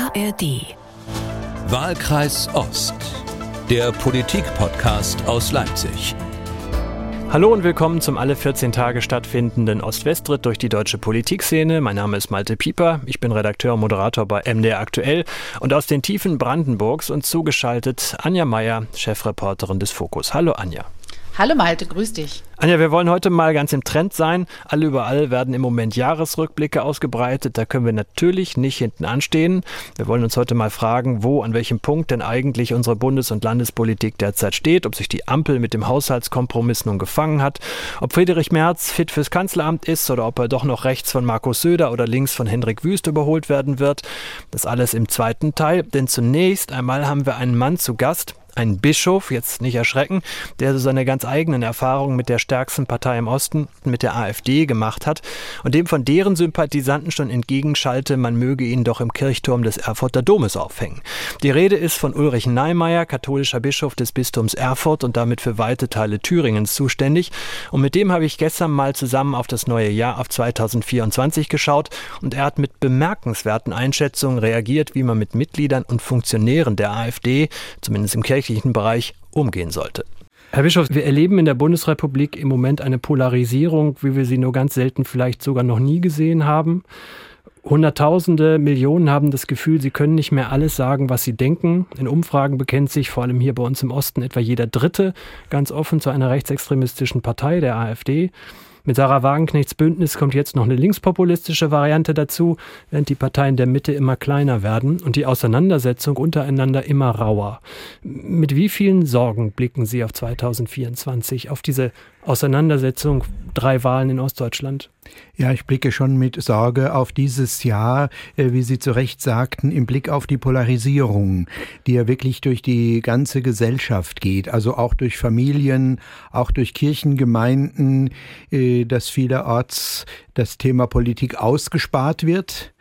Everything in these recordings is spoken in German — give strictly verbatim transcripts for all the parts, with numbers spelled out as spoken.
A R D. Wahlkreis Ost, der Politik-Podcast aus Leipzig. Hallo und willkommen zum alle vierzehn Tage stattfindenden Ost-West-Ritt durch die deutsche Politikszene. Mein Name ist Malte Pieper, ich bin Redakteur und Moderator bei M D R Aktuell und aus den Tiefen Brandenburgs und zugeschaltet Anja Meier, Chefreporterin des Fokus. Hallo Anja. Hallo Malte, grüß dich. Anja, wir wollen heute mal ganz im Trend sein. Alle überall werden im Moment Jahresrückblicke ausgebreitet. Da können wir natürlich nicht hinten anstehen. Wir wollen uns heute mal fragen, wo, an welchem Punkt denn eigentlich unsere Bundes- und Landespolitik derzeit steht, ob sich die Ampel mit dem Haushaltskompromiss nun gefangen hat, ob Friedrich Merz fit fürs Kanzleramt ist oder ob er doch noch rechts von Markus Söder oder links von Hendrik Wüst überholt werden wird. Das alles im zweiten Teil, denn zunächst einmal haben wir einen Mann zu Gast, ein Bischof, jetzt nicht erschrecken, der so seine ganz eigenen Erfahrungen mit der stärksten Partei im Osten, mit der AfD, gemacht hat und dem von deren Sympathisanten schon entgegenschallte, man möge ihn doch im Kirchturm des Erfurter Domes aufhängen. Die Rede ist von Ulrich Neimeyer, katholischer Bischof des Bistums Erfurt und damit für weite Teile Thüringens zuständig. Und mit dem habe ich gestern mal zusammen auf das neue Jahr, auf zweitausendvierundzwanzig geschaut und er hat mit bemerkenswerten Einschätzungen reagiert, wie man mit Mitgliedern und Funktionären der AfD, zumindest im kirchlichen Bereich, umgehen sollte. Herr Bischof, wir erleben in der Bundesrepublik im Moment eine Polarisierung, wie wir sie nur ganz selten vielleicht sogar noch nie gesehen haben. Hunderttausende, Millionen haben das Gefühl, sie können nicht mehr alles sagen, was sie denken. In Umfragen bekennt sich vor allem hier bei uns im Osten etwa jeder Dritte ganz offen zu einer rechtsextremistischen Partei, der AfD. Mit Sarah Wagenknechts Bündnis kommt jetzt noch eine linkspopulistische Variante dazu, während die Parteien der Mitte immer kleiner werden und die Auseinandersetzung untereinander immer rauer. Mit wie vielen Sorgen blicken Sie auf zweitausendvierundzwanzig, auf diese Auseinandersetzung, drei Wahlen in Ostdeutschland? Ja, ich blicke schon mit Sorge auf dieses Jahr, wie Sie zu Recht sagten, im Blick auf die Polarisierung, die ja wirklich durch die ganze Gesellschaft geht, also auch durch Familien, auch durch Kirchengemeinden, dass vielerorts das Thema Politik ausgespart wird,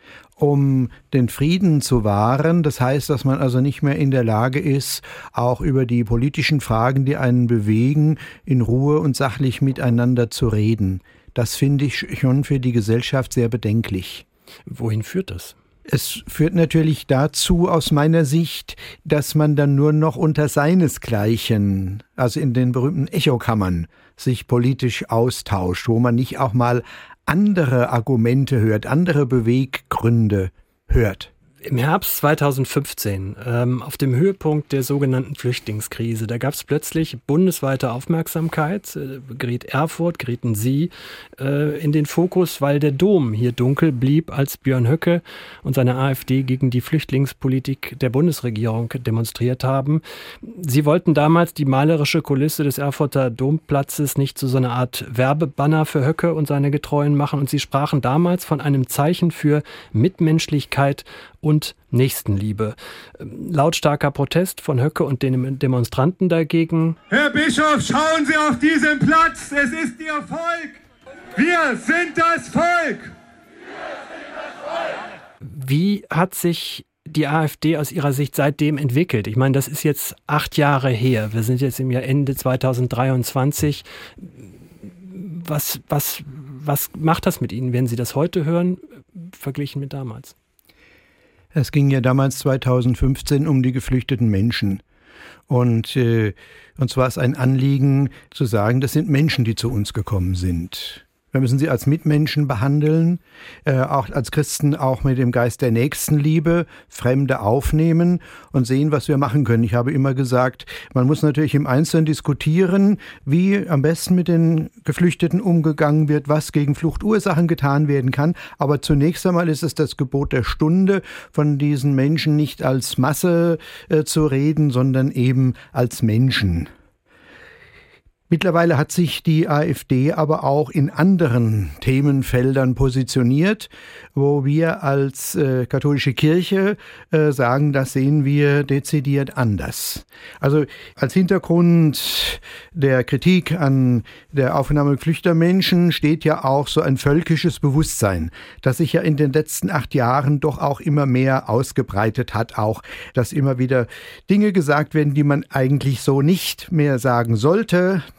um den Frieden zu wahren. Das heißt, dass man also nicht mehr in der Lage ist, auch über die politischen Fragen, die einen bewegen, in Ruhe und sachlich miteinander zu reden. Das finde ich schon für die Gesellschaft sehr bedenklich. Wohin führt das? Es führt natürlich dazu, aus meiner Sicht, dass man dann nur noch unter seinesgleichen, also in den berühmten Echokammern, sich politisch austauscht, wo man nicht auch mal andere Argumente hört, andere Beweggründe hört. Im Herbst zweitausendfünfzehn, ähm, auf dem Höhepunkt der sogenannten Flüchtlingskrise, da gab es plötzlich bundesweite Aufmerksamkeit, äh, geriet Erfurt, gerieten Sie äh, in den Fokus, weil der Dom hier dunkel blieb, als Björn Höcke und seine AfD gegen die Flüchtlingspolitik der Bundesregierung demonstriert haben. Sie wollten damals die malerische Kulisse des Erfurter Domplatzes nicht zu so einer Art Werbebanner für Höcke und seine Getreuen machen und Sie sprachen damals von einem Zeichen für Mitmenschlichkeit und Nächstenliebe. Lautstarker Protest von Höcke und den Demonstranten dagegen. Herr Bischof, schauen Sie auf diesen Platz, es ist Ihr Volk. Wir sind das Volk. Wie hat sich die AfD aus Ihrer Sicht seitdem entwickelt? Ich meine, das ist jetzt acht Jahre her. Wir sind jetzt im Jahr Ende zweitausenddreiundzwanzig. Was, was, was macht das mit Ihnen, wenn Sie das heute hören, verglichen mit damals? Es ging ja damals zweitausendfünfzehn um die geflüchteten Menschen. Und äh, uns war es ein Anliegen zu sagen, das sind Menschen, die zu uns gekommen sind. Wir müssen sie als Mitmenschen behandeln, äh, auch als Christen auch mit dem Geist der Nächstenliebe, Fremde aufnehmen und sehen, was wir machen können. Ich habe immer gesagt, man muss natürlich im Einzelnen diskutieren, wie am besten mit den Geflüchteten umgegangen wird, was gegen Fluchtursachen getan werden kann. Aber zunächst einmal ist es das Gebot der Stunde, von diesen Menschen nicht als Masse äh, zu reden, sondern eben als Menschen. Mittlerweile hat sich die AfD aber auch in anderen Themenfeldern positioniert, wo wir als äh, katholische Kirche äh, sagen, das sehen wir dezidiert anders. Also als Hintergrund der Kritik an der Aufnahme geflüchteter Menschen steht ja auch so ein völkisches Bewusstsein, das sich ja in den letzten acht Jahren doch auch immer mehr ausgebreitet hat, auch dass immer wieder Dinge gesagt werden, die man eigentlich so nicht mehr sagen sollte.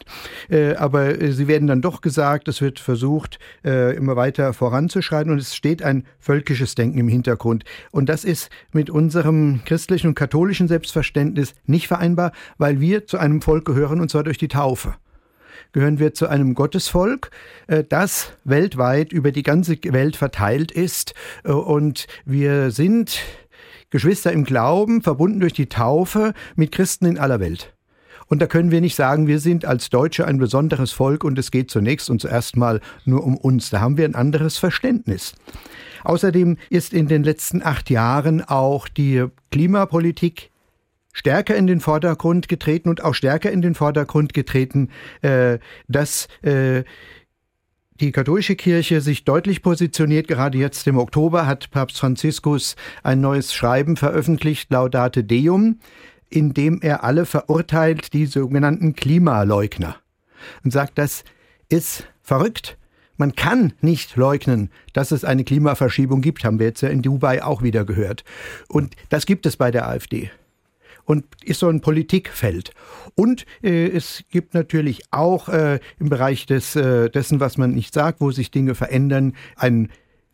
Äh, aber äh, sie werden dann doch gesagt, es wird versucht, äh, immer weiter voranzuschreiten und es steht ein völkisches Denken im Hintergrund. Und das ist mit unserem christlichen und katholischen Selbstverständnis nicht vereinbar, weil wir zu einem Volk gehören, und zwar durch die Taufe. Gehören wir zu einem Gottesvolk, äh, das weltweit über die ganze Welt verteilt ist. Äh, und wir sind Geschwister im Glauben, verbunden durch die Taufe mit Christen in aller Welt. Und da können wir nicht sagen, wir sind als Deutsche ein besonderes Volk und es geht zunächst und zuerst mal nur um uns. Da haben wir ein anderes Verständnis. Außerdem ist in den letzten acht Jahren auch die Klimapolitik stärker in den Vordergrund getreten und auch stärker in den Vordergrund getreten, äh, dass äh, die katholische Kirche sich deutlich positioniert. Gerade jetzt im Oktober hat Papst Franziskus ein neues Schreiben veröffentlicht, Laudate Deum, in dem er alle verurteilt, die sogenannten Klimaleugner. Und sagt, das ist verrückt. Man kann nicht leugnen, dass es eine Klimaverschiebung gibt, haben wir jetzt ja in Dubai auch wieder gehört. Und das gibt es bei der AfD. Und ist so ein Politikfeld. Und äh, es gibt natürlich auch äh, im Bereich des, äh, dessen, was man nicht sagt, wo sich Dinge verändern, ein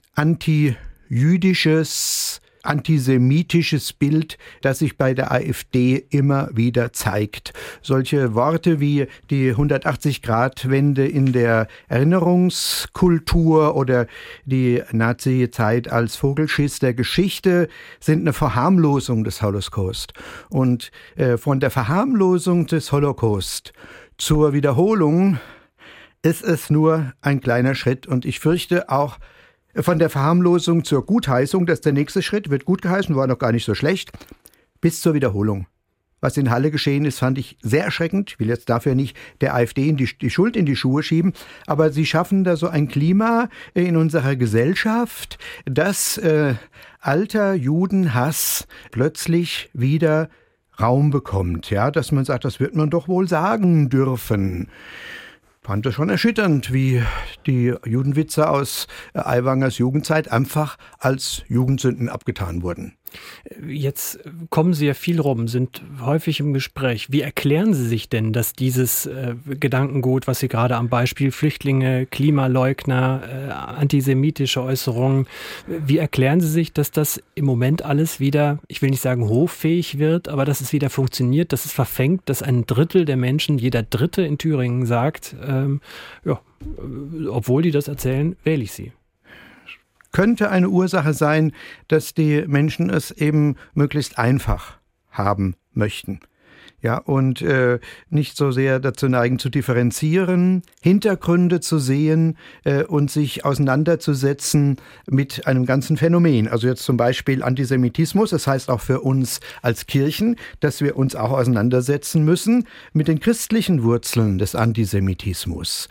antijüdisches, antisemitisches Bild, das sich bei der AfD immer wieder zeigt. Solche Worte wie die hundertachtzig-Grad-Wende in der Erinnerungskultur oder die Nazi-Zeit als Vogelschiss der Geschichte sind eine Verharmlosung des Holocaust. Und äh, von der Verharmlosung des Holocaust zur Wiederholung ist es nur ein kleiner Schritt. Und ich fürchte auch, von der Verharmlosung zur Gutheißung, das ist der nächste Schritt, wird gut geheißen, war noch gar nicht so schlecht, bis zur Wiederholung. Was in Halle geschehen ist, fand ich sehr erschreckend. Ich will jetzt dafür nicht der AfD in die, die Schuld in die Schuhe schieben, aber sie schaffen da so ein Klima in unserer Gesellschaft, dass äh, alter Judenhass plötzlich wieder Raum bekommt. Ja, dass man sagt, das wird man doch wohl sagen dürfen. Ich fand das schon erschütternd, wie die Judenwitze aus Aiwangers Jugendzeit einfach als Jugendsünden abgetan wurden. Jetzt kommen Sie ja viel rum, sind häufig im Gespräch. Wie erklären Sie sich denn, dass dieses äh, Gedankengut, was Sie gerade am Beispiel Flüchtlinge, Klimaleugner, äh, antisemitische Äußerungen, wie erklären Sie sich, dass das im Moment alles wieder, ich will nicht sagen hoffähig wird, aber dass es wieder funktioniert, dass es verfängt, dass ein Drittel der Menschen, jeder Dritte in Thüringen sagt, ähm, ja, obwohl die das erzählen, wähle ich sie. Könnte eine Ursache sein, dass die Menschen es eben möglichst einfach haben möchten. Ja, und äh, nicht so sehr dazu neigen zu differenzieren, Hintergründe zu sehen äh, und sich auseinanderzusetzen mit einem ganzen Phänomen. Also jetzt zum Beispiel Antisemitismus. Das heißt auch für uns als Kirchen, dass wir uns auch auseinandersetzen müssen mit den christlichen Wurzeln des Antisemitismus.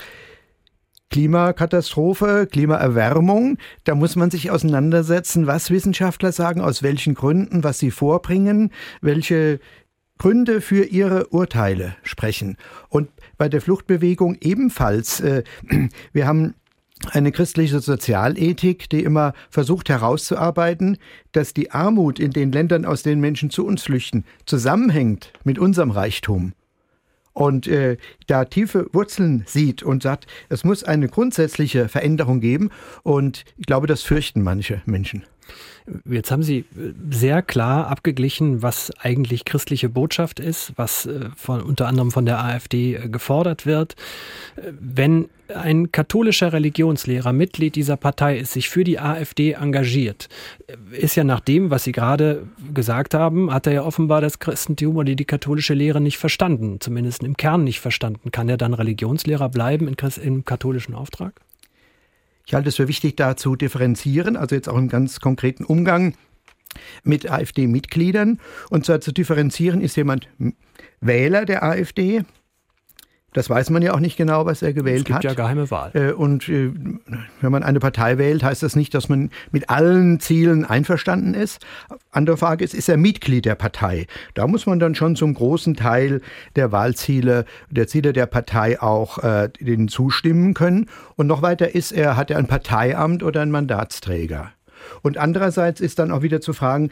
Klimakatastrophe, Klimaerwärmung, da muss man sich auseinandersetzen, was Wissenschaftler sagen, aus welchen Gründen, was sie vorbringen, welche Gründe für ihre Urteile sprechen. Und bei der Fluchtbewegung ebenfalls. Äh, wir haben eine christliche Sozialethik, die immer versucht herauszuarbeiten, dass die Armut in den Ländern, aus denen Menschen zu uns flüchten, zusammenhängt mit unserem Reichtum. Und äh, da tiefe Wurzeln sieht und sagt, es muss eine grundsätzliche Veränderung geben. Und ich glaube, das fürchten manche Menschen. Jetzt haben Sie sehr klar abgeglichen, was eigentlich christliche Botschaft ist, was von, unter anderem von der AfD gefordert wird. Wenn ein katholischer Religionslehrer Mitglied dieser Partei ist, sich für die AfD engagiert, ist ja nach dem, was Sie gerade gesagt haben, hat er ja offenbar das Christentum oder die katholische Lehre nicht verstanden, zumindest im Kern nicht verstanden. Kann er dann Religionslehrer bleiben in, im katholischen Auftrag? Ich halte es für wichtig, da zu differenzieren, also jetzt auch im ganz konkreten Umgang mit AfD-Mitgliedern. Und zwar zu differenzieren, ist jemand Wähler der AfD. Das weiß man ja auch nicht genau, was er gewählt hat. Es gibt ja geheime Wahl. Und wenn man eine Partei wählt, heißt das nicht, dass man mit allen Zielen einverstanden ist. Andere Frage ist, ist er Mitglied der Partei? Da muss man dann schon zum großen Teil der Wahlziele, der Ziele der Partei auch äh, denen zustimmen können. Und noch weiter ist er, hat er ein Parteiamt oder ein Mandatsträger? Und andererseits ist dann auch wieder zu fragen,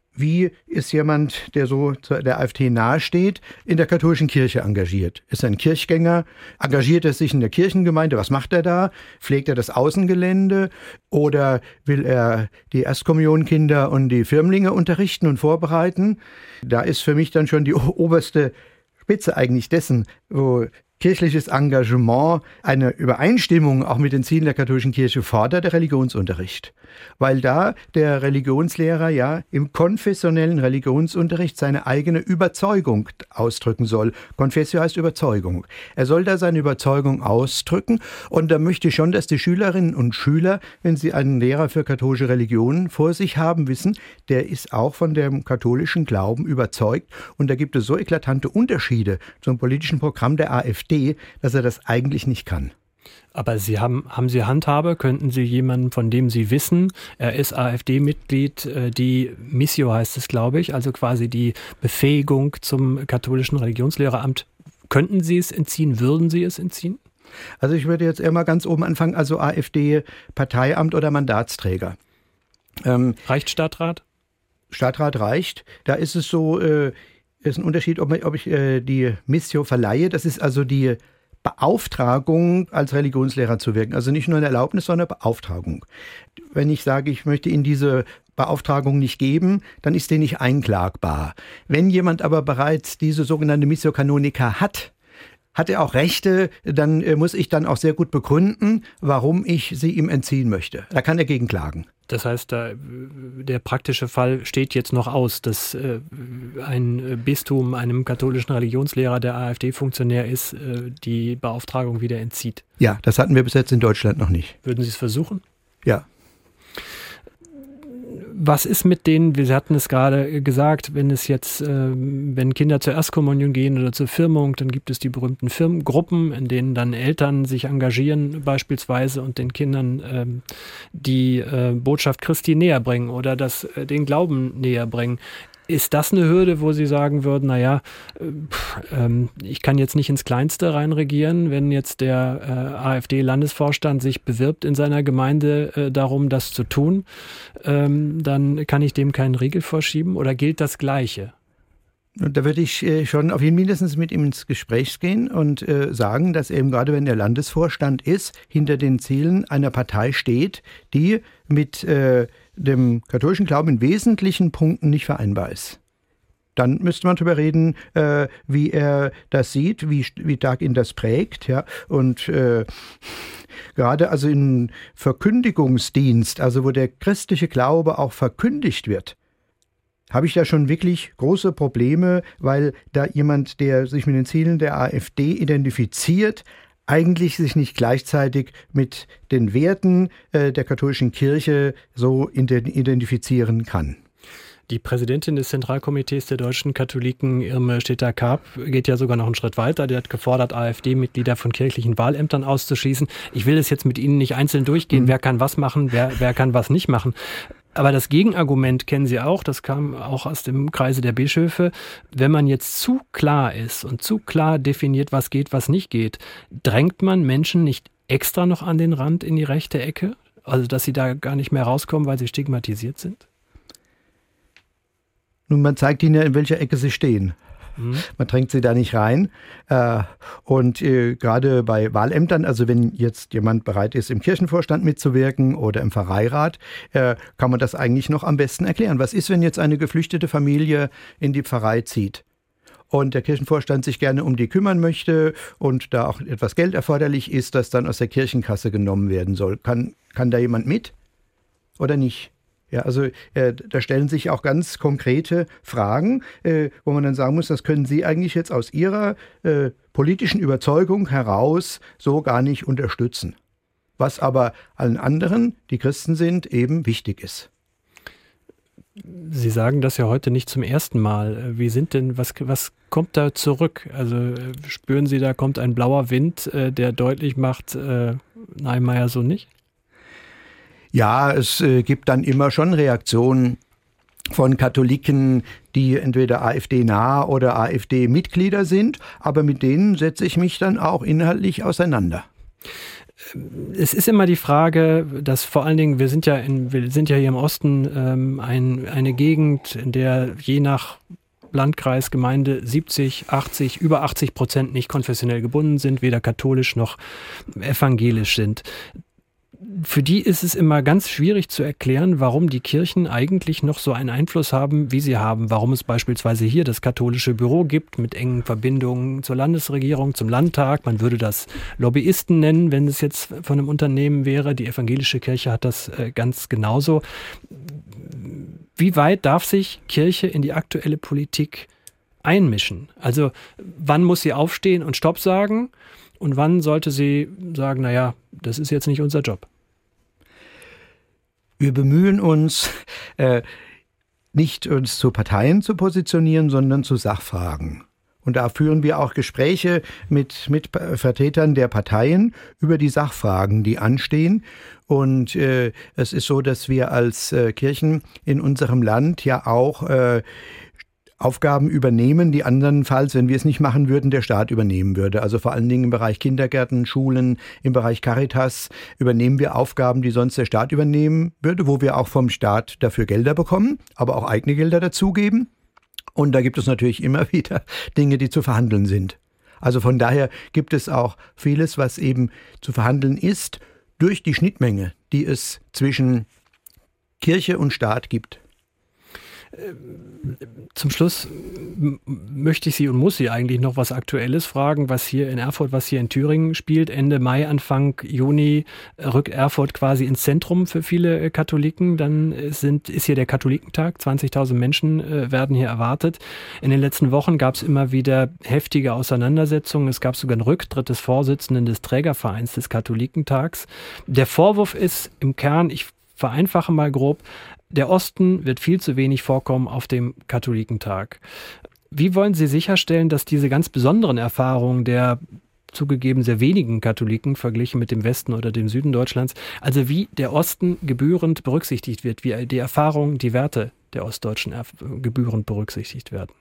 wie ist jemand, der so der AfD nahesteht, in der katholischen Kirche engagiert? Ist er ein Kirchgänger? Engagiert er sich in der Kirchengemeinde? Was macht er da? Pflegt er das Außengelände? Oder will er die Erstkommunionkinder und die Firmlinge unterrichten und vorbereiten? Da ist für mich dann schon die oberste Spitze eigentlich dessen, wo kirchliches Engagement eine Übereinstimmung auch mit den Zielen der katholischen Kirche fordert, der Religionsunterricht. Weil da der Religionslehrer ja im konfessionellen Religionsunterricht seine eigene Überzeugung ausdrücken soll. Confessio heißt Überzeugung. Er soll da seine Überzeugung ausdrücken und da möchte ich schon, dass die Schülerinnen und Schüler, wenn sie einen Lehrer für katholische Religion vor sich haben, wissen, der ist auch von dem katholischen Glauben überzeugt und da gibt es so eklatante Unterschiede zum politischen Programm der AfD, dass er das eigentlich nicht kann. Aber Sie haben, haben Sie Handhabe? Könnten Sie jemanden, von dem Sie wissen, er ist AfD-Mitglied, die Missio heißt es, glaube ich, also quasi die Befähigung zum katholischen Religionslehramt, könnten Sie es entziehen? Würden Sie es entziehen? Also ich würde jetzt eher mal ganz oben anfangen, also AfD-Parteiamt oder Mandatsträger. Ähm, reicht Stadtrat? Stadtrat reicht. Da ist es so, äh, ist ein Unterschied, ob, ob ich äh, die Missio verleihe. Das ist also die Beauftragung, als Religionslehrer zu wirken. Also nicht nur eine Erlaubnis, sondern eine Beauftragung. Wenn ich sage, ich möchte Ihnen diese Beauftragung nicht geben, dann ist die nicht einklagbar. Wenn jemand aber bereits diese sogenannte Missio Canonica hat, hat er auch Rechte, dann äh, muss ich dann auch sehr gut begründen, warum ich sie ihm entziehen möchte. Da kann er gegen klagen. Das heißt, da, der praktische Fall steht jetzt noch aus, dass äh, ein Bistum einem katholischen Religionslehrer, der AfD-Funktionär ist, äh, die Beauftragung wieder entzieht. Ja, das hatten wir bis jetzt in Deutschland noch nicht. Würden Sie es versuchen? Ja. Was ist mit denen, wir hatten es gerade gesagt, wenn es jetzt, äh, wenn Kinder zur Erstkommunion gehen oder zur Firmung, dann gibt es die berühmten Firmengruppen, in denen dann Eltern sich engagieren beispielsweise und den Kindern äh, die äh, Botschaft Christi näher bringen oder das, äh, den Glauben näher bringen. Ist das eine Hürde, wo Sie sagen würden, naja, äh, ich kann jetzt nicht ins Kleinste reinregieren, wenn jetzt der äh, AfD-Landesvorstand sich bewirbt in seiner Gemeinde äh, darum, das zu tun, ähm, dann kann ich dem keinen Riegel vorschieben oder gilt das Gleiche? Und da würde ich äh, schon auf jeden Fall mindestens mit ihm ins Gespräch gehen und äh, sagen, dass eben gerade wenn der Landesvorstand ist, hinter den Zielen einer Partei steht, die mit äh, dem katholischen Glauben in wesentlichen Punkten nicht vereinbar ist. Dann müsste man darüber reden, äh, wie er das sieht, wie, wie stark ihn das prägt. Ja? Und äh, gerade also im Verkündigungsdienst, also wo der christliche Glaube auch verkündigt wird, habe ich da schon wirklich große Probleme, weil da jemand, der sich mit den Zielen der AfD identifiziert, eigentlich sich nicht gleichzeitig mit den Werten äh, der katholischen Kirche so identifizieren kann. Die Präsidentin des Zentralkomitees der deutschen Katholiken, Irme Stetter-Karp, geht ja sogar noch einen Schritt weiter. Die hat gefordert, AfD-Mitglieder von kirchlichen Wahlämtern auszuschließen. Ich will das jetzt mit Ihnen nicht einzeln durchgehen, mhm. wer kann was machen, wer, wer kann was nicht machen. Aber das Gegenargument kennen Sie auch, das kam auch aus dem Kreise der Bischöfe. Wenn man jetzt zu klar ist und zu klar definiert, was geht, was nicht geht, drängt man Menschen nicht extra noch an den Rand in die rechte Ecke? Also dass sie da gar nicht mehr rauskommen, weil sie stigmatisiert sind? Nun, man zeigt ihnen ja, in welcher Ecke sie stehen. Man drängt sie da nicht rein. Und gerade bei Wahlämtern, also wenn jetzt jemand bereit ist, im Kirchenvorstand mitzuwirken oder im Pfarreirat, kann man das eigentlich noch am besten erklären. Was ist, wenn jetzt eine geflüchtete Familie in die Pfarrei zieht und der Kirchenvorstand sich gerne um die kümmern möchte und da auch etwas Geld erforderlich ist, das dann aus der Kirchenkasse genommen werden soll? Kann, kann da jemand mit oder nicht? Ja, also äh, da stellen sich auch ganz konkrete Fragen, äh, wo man dann sagen muss, das können Sie eigentlich jetzt aus Ihrer äh, politischen Überzeugung heraus so gar nicht unterstützen. Was aber allen anderen, die Christen sind, eben wichtig ist. Sie sagen das ja heute nicht zum ersten Mal. Wie sind denn, was, was kommt da zurück? Also spüren Sie, da kommt ein blauer Wind, äh, der deutlich macht, äh, nein, Meier, so nicht? Ja, es äh, gibt dann immer schon Reaktionen von Katholiken, die entweder AfD-nah oder AfD-Mitglieder sind, aber mit denen setze ich mich dann auch inhaltlich auseinander. Es ist immer die Frage, dass vor allen Dingen, wir sind ja, in, wir sind ja hier im Osten ähm, ein, eine Gegend, in der je nach Landkreis, Gemeinde siebzig, achtzig, über achtzig Prozent nicht konfessionell gebunden sind, weder katholisch noch evangelisch sind. Für die ist es immer ganz schwierig zu erklären, warum die Kirchen eigentlich noch so einen Einfluss haben, wie sie haben. Warum es beispielsweise hier das katholische Büro gibt mit engen Verbindungen zur Landesregierung, zum Landtag. Man würde das Lobbyisten nennen, wenn es jetzt von einem Unternehmen wäre. Die evangelische Kirche hat das ganz genauso. Wie weit darf sich Kirche in die aktuelle Politik einmischen? Also wann muss sie aufstehen und Stopp sagen? Und wann sollte sie sagen, naja, das ist jetzt nicht unser Job? Wir bemühen uns, äh, nicht uns zu Parteien zu positionieren, sondern zu Sachfragen. Und da führen wir auch Gespräche mit, mit Vertretern der Parteien über die Sachfragen, die anstehen. Und äh, es ist so, dass wir als äh, Kirchen in unserem Land ja auch äh, Aufgaben übernehmen, die andernfalls, wenn wir es nicht machen würden, der Staat übernehmen würde. Also vor allen Dingen im Bereich Kindergärten, Schulen, im Bereich Caritas übernehmen wir Aufgaben, die sonst der Staat übernehmen würde, wo wir auch vom Staat dafür Gelder bekommen, aber auch eigene Gelder dazugeben. Und da gibt es natürlich immer wieder Dinge, die zu verhandeln sind. Also von daher gibt es auch vieles, was eben zu verhandeln ist, durch die Schnittmenge, die es zwischen Kirche und Staat gibt. Zum Schluss möchte ich Sie und muss Sie eigentlich noch was Aktuelles fragen, was hier in Erfurt, was hier in Thüringen spielt. Ende Mai, Anfang Juni rückt Erfurt quasi ins Zentrum für viele Katholiken. Dann sind, ist hier der Katholikentag, zwanzigtausend Menschen äh, werden hier erwartet. In den letzten Wochen gab es immer wieder heftige Auseinandersetzungen. Es gab sogar einen Rücktritt des Vorsitzenden des Trägervereins des Katholikentags. Der Vorwurf ist im Kern, ich vereinfache mal grob, der Osten wird viel zu wenig vorkommen auf dem Katholikentag. Wie wollen Sie sicherstellen, dass diese ganz besonderen Erfahrungen der zugegeben sehr wenigen Katholiken verglichen mit dem Westen oder dem Süden Deutschlands, also wie der Osten gebührend berücksichtigt wird, wie die Erfahrungen, die Werte der Ostdeutschen gebührend berücksichtigt werden?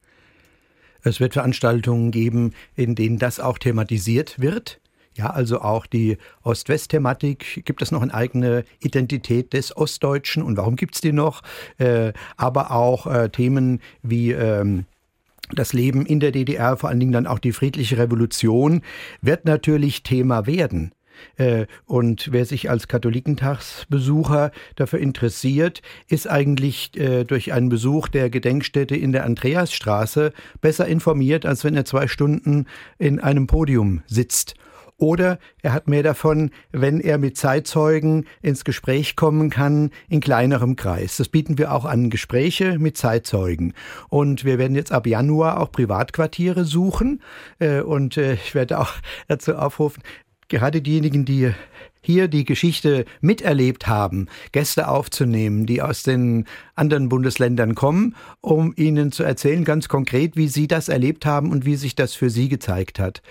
Es wird Veranstaltungen geben, in denen das auch thematisiert wird. Ja, also auch die Ost-West-Thematik, gibt es noch eine eigene Identität des Ostdeutschen und warum gibt es die noch? Äh, aber auch äh, Themen wie ähm, das Leben in der D D R, vor allen Dingen dann auch die friedliche Revolution, wird natürlich Thema werden. Äh, und wer sich als Katholikentagsbesucher dafür interessiert, ist eigentlich äh, durch einen Besuch der Gedenkstätte in der Andreasstraße besser informiert, als wenn er zwei Stunden in einem Podium sitzt. Oder er hat mehr davon, wenn er mit Zeitzeugen ins Gespräch kommen kann, in kleinerem Kreis. Das bieten wir auch an, Gespräche mit Zeitzeugen. Und wir werden jetzt ab Januar auch Privatquartiere suchen. Und ich werde auch dazu aufrufen, gerade diejenigen, die hier die Geschichte miterlebt haben, Gäste aufzunehmen, die aus den anderen Bundesländern kommen, um ihnen zu erzählen, ganz konkret, wie sie das erlebt haben und wie sich das für sie gezeigt hat.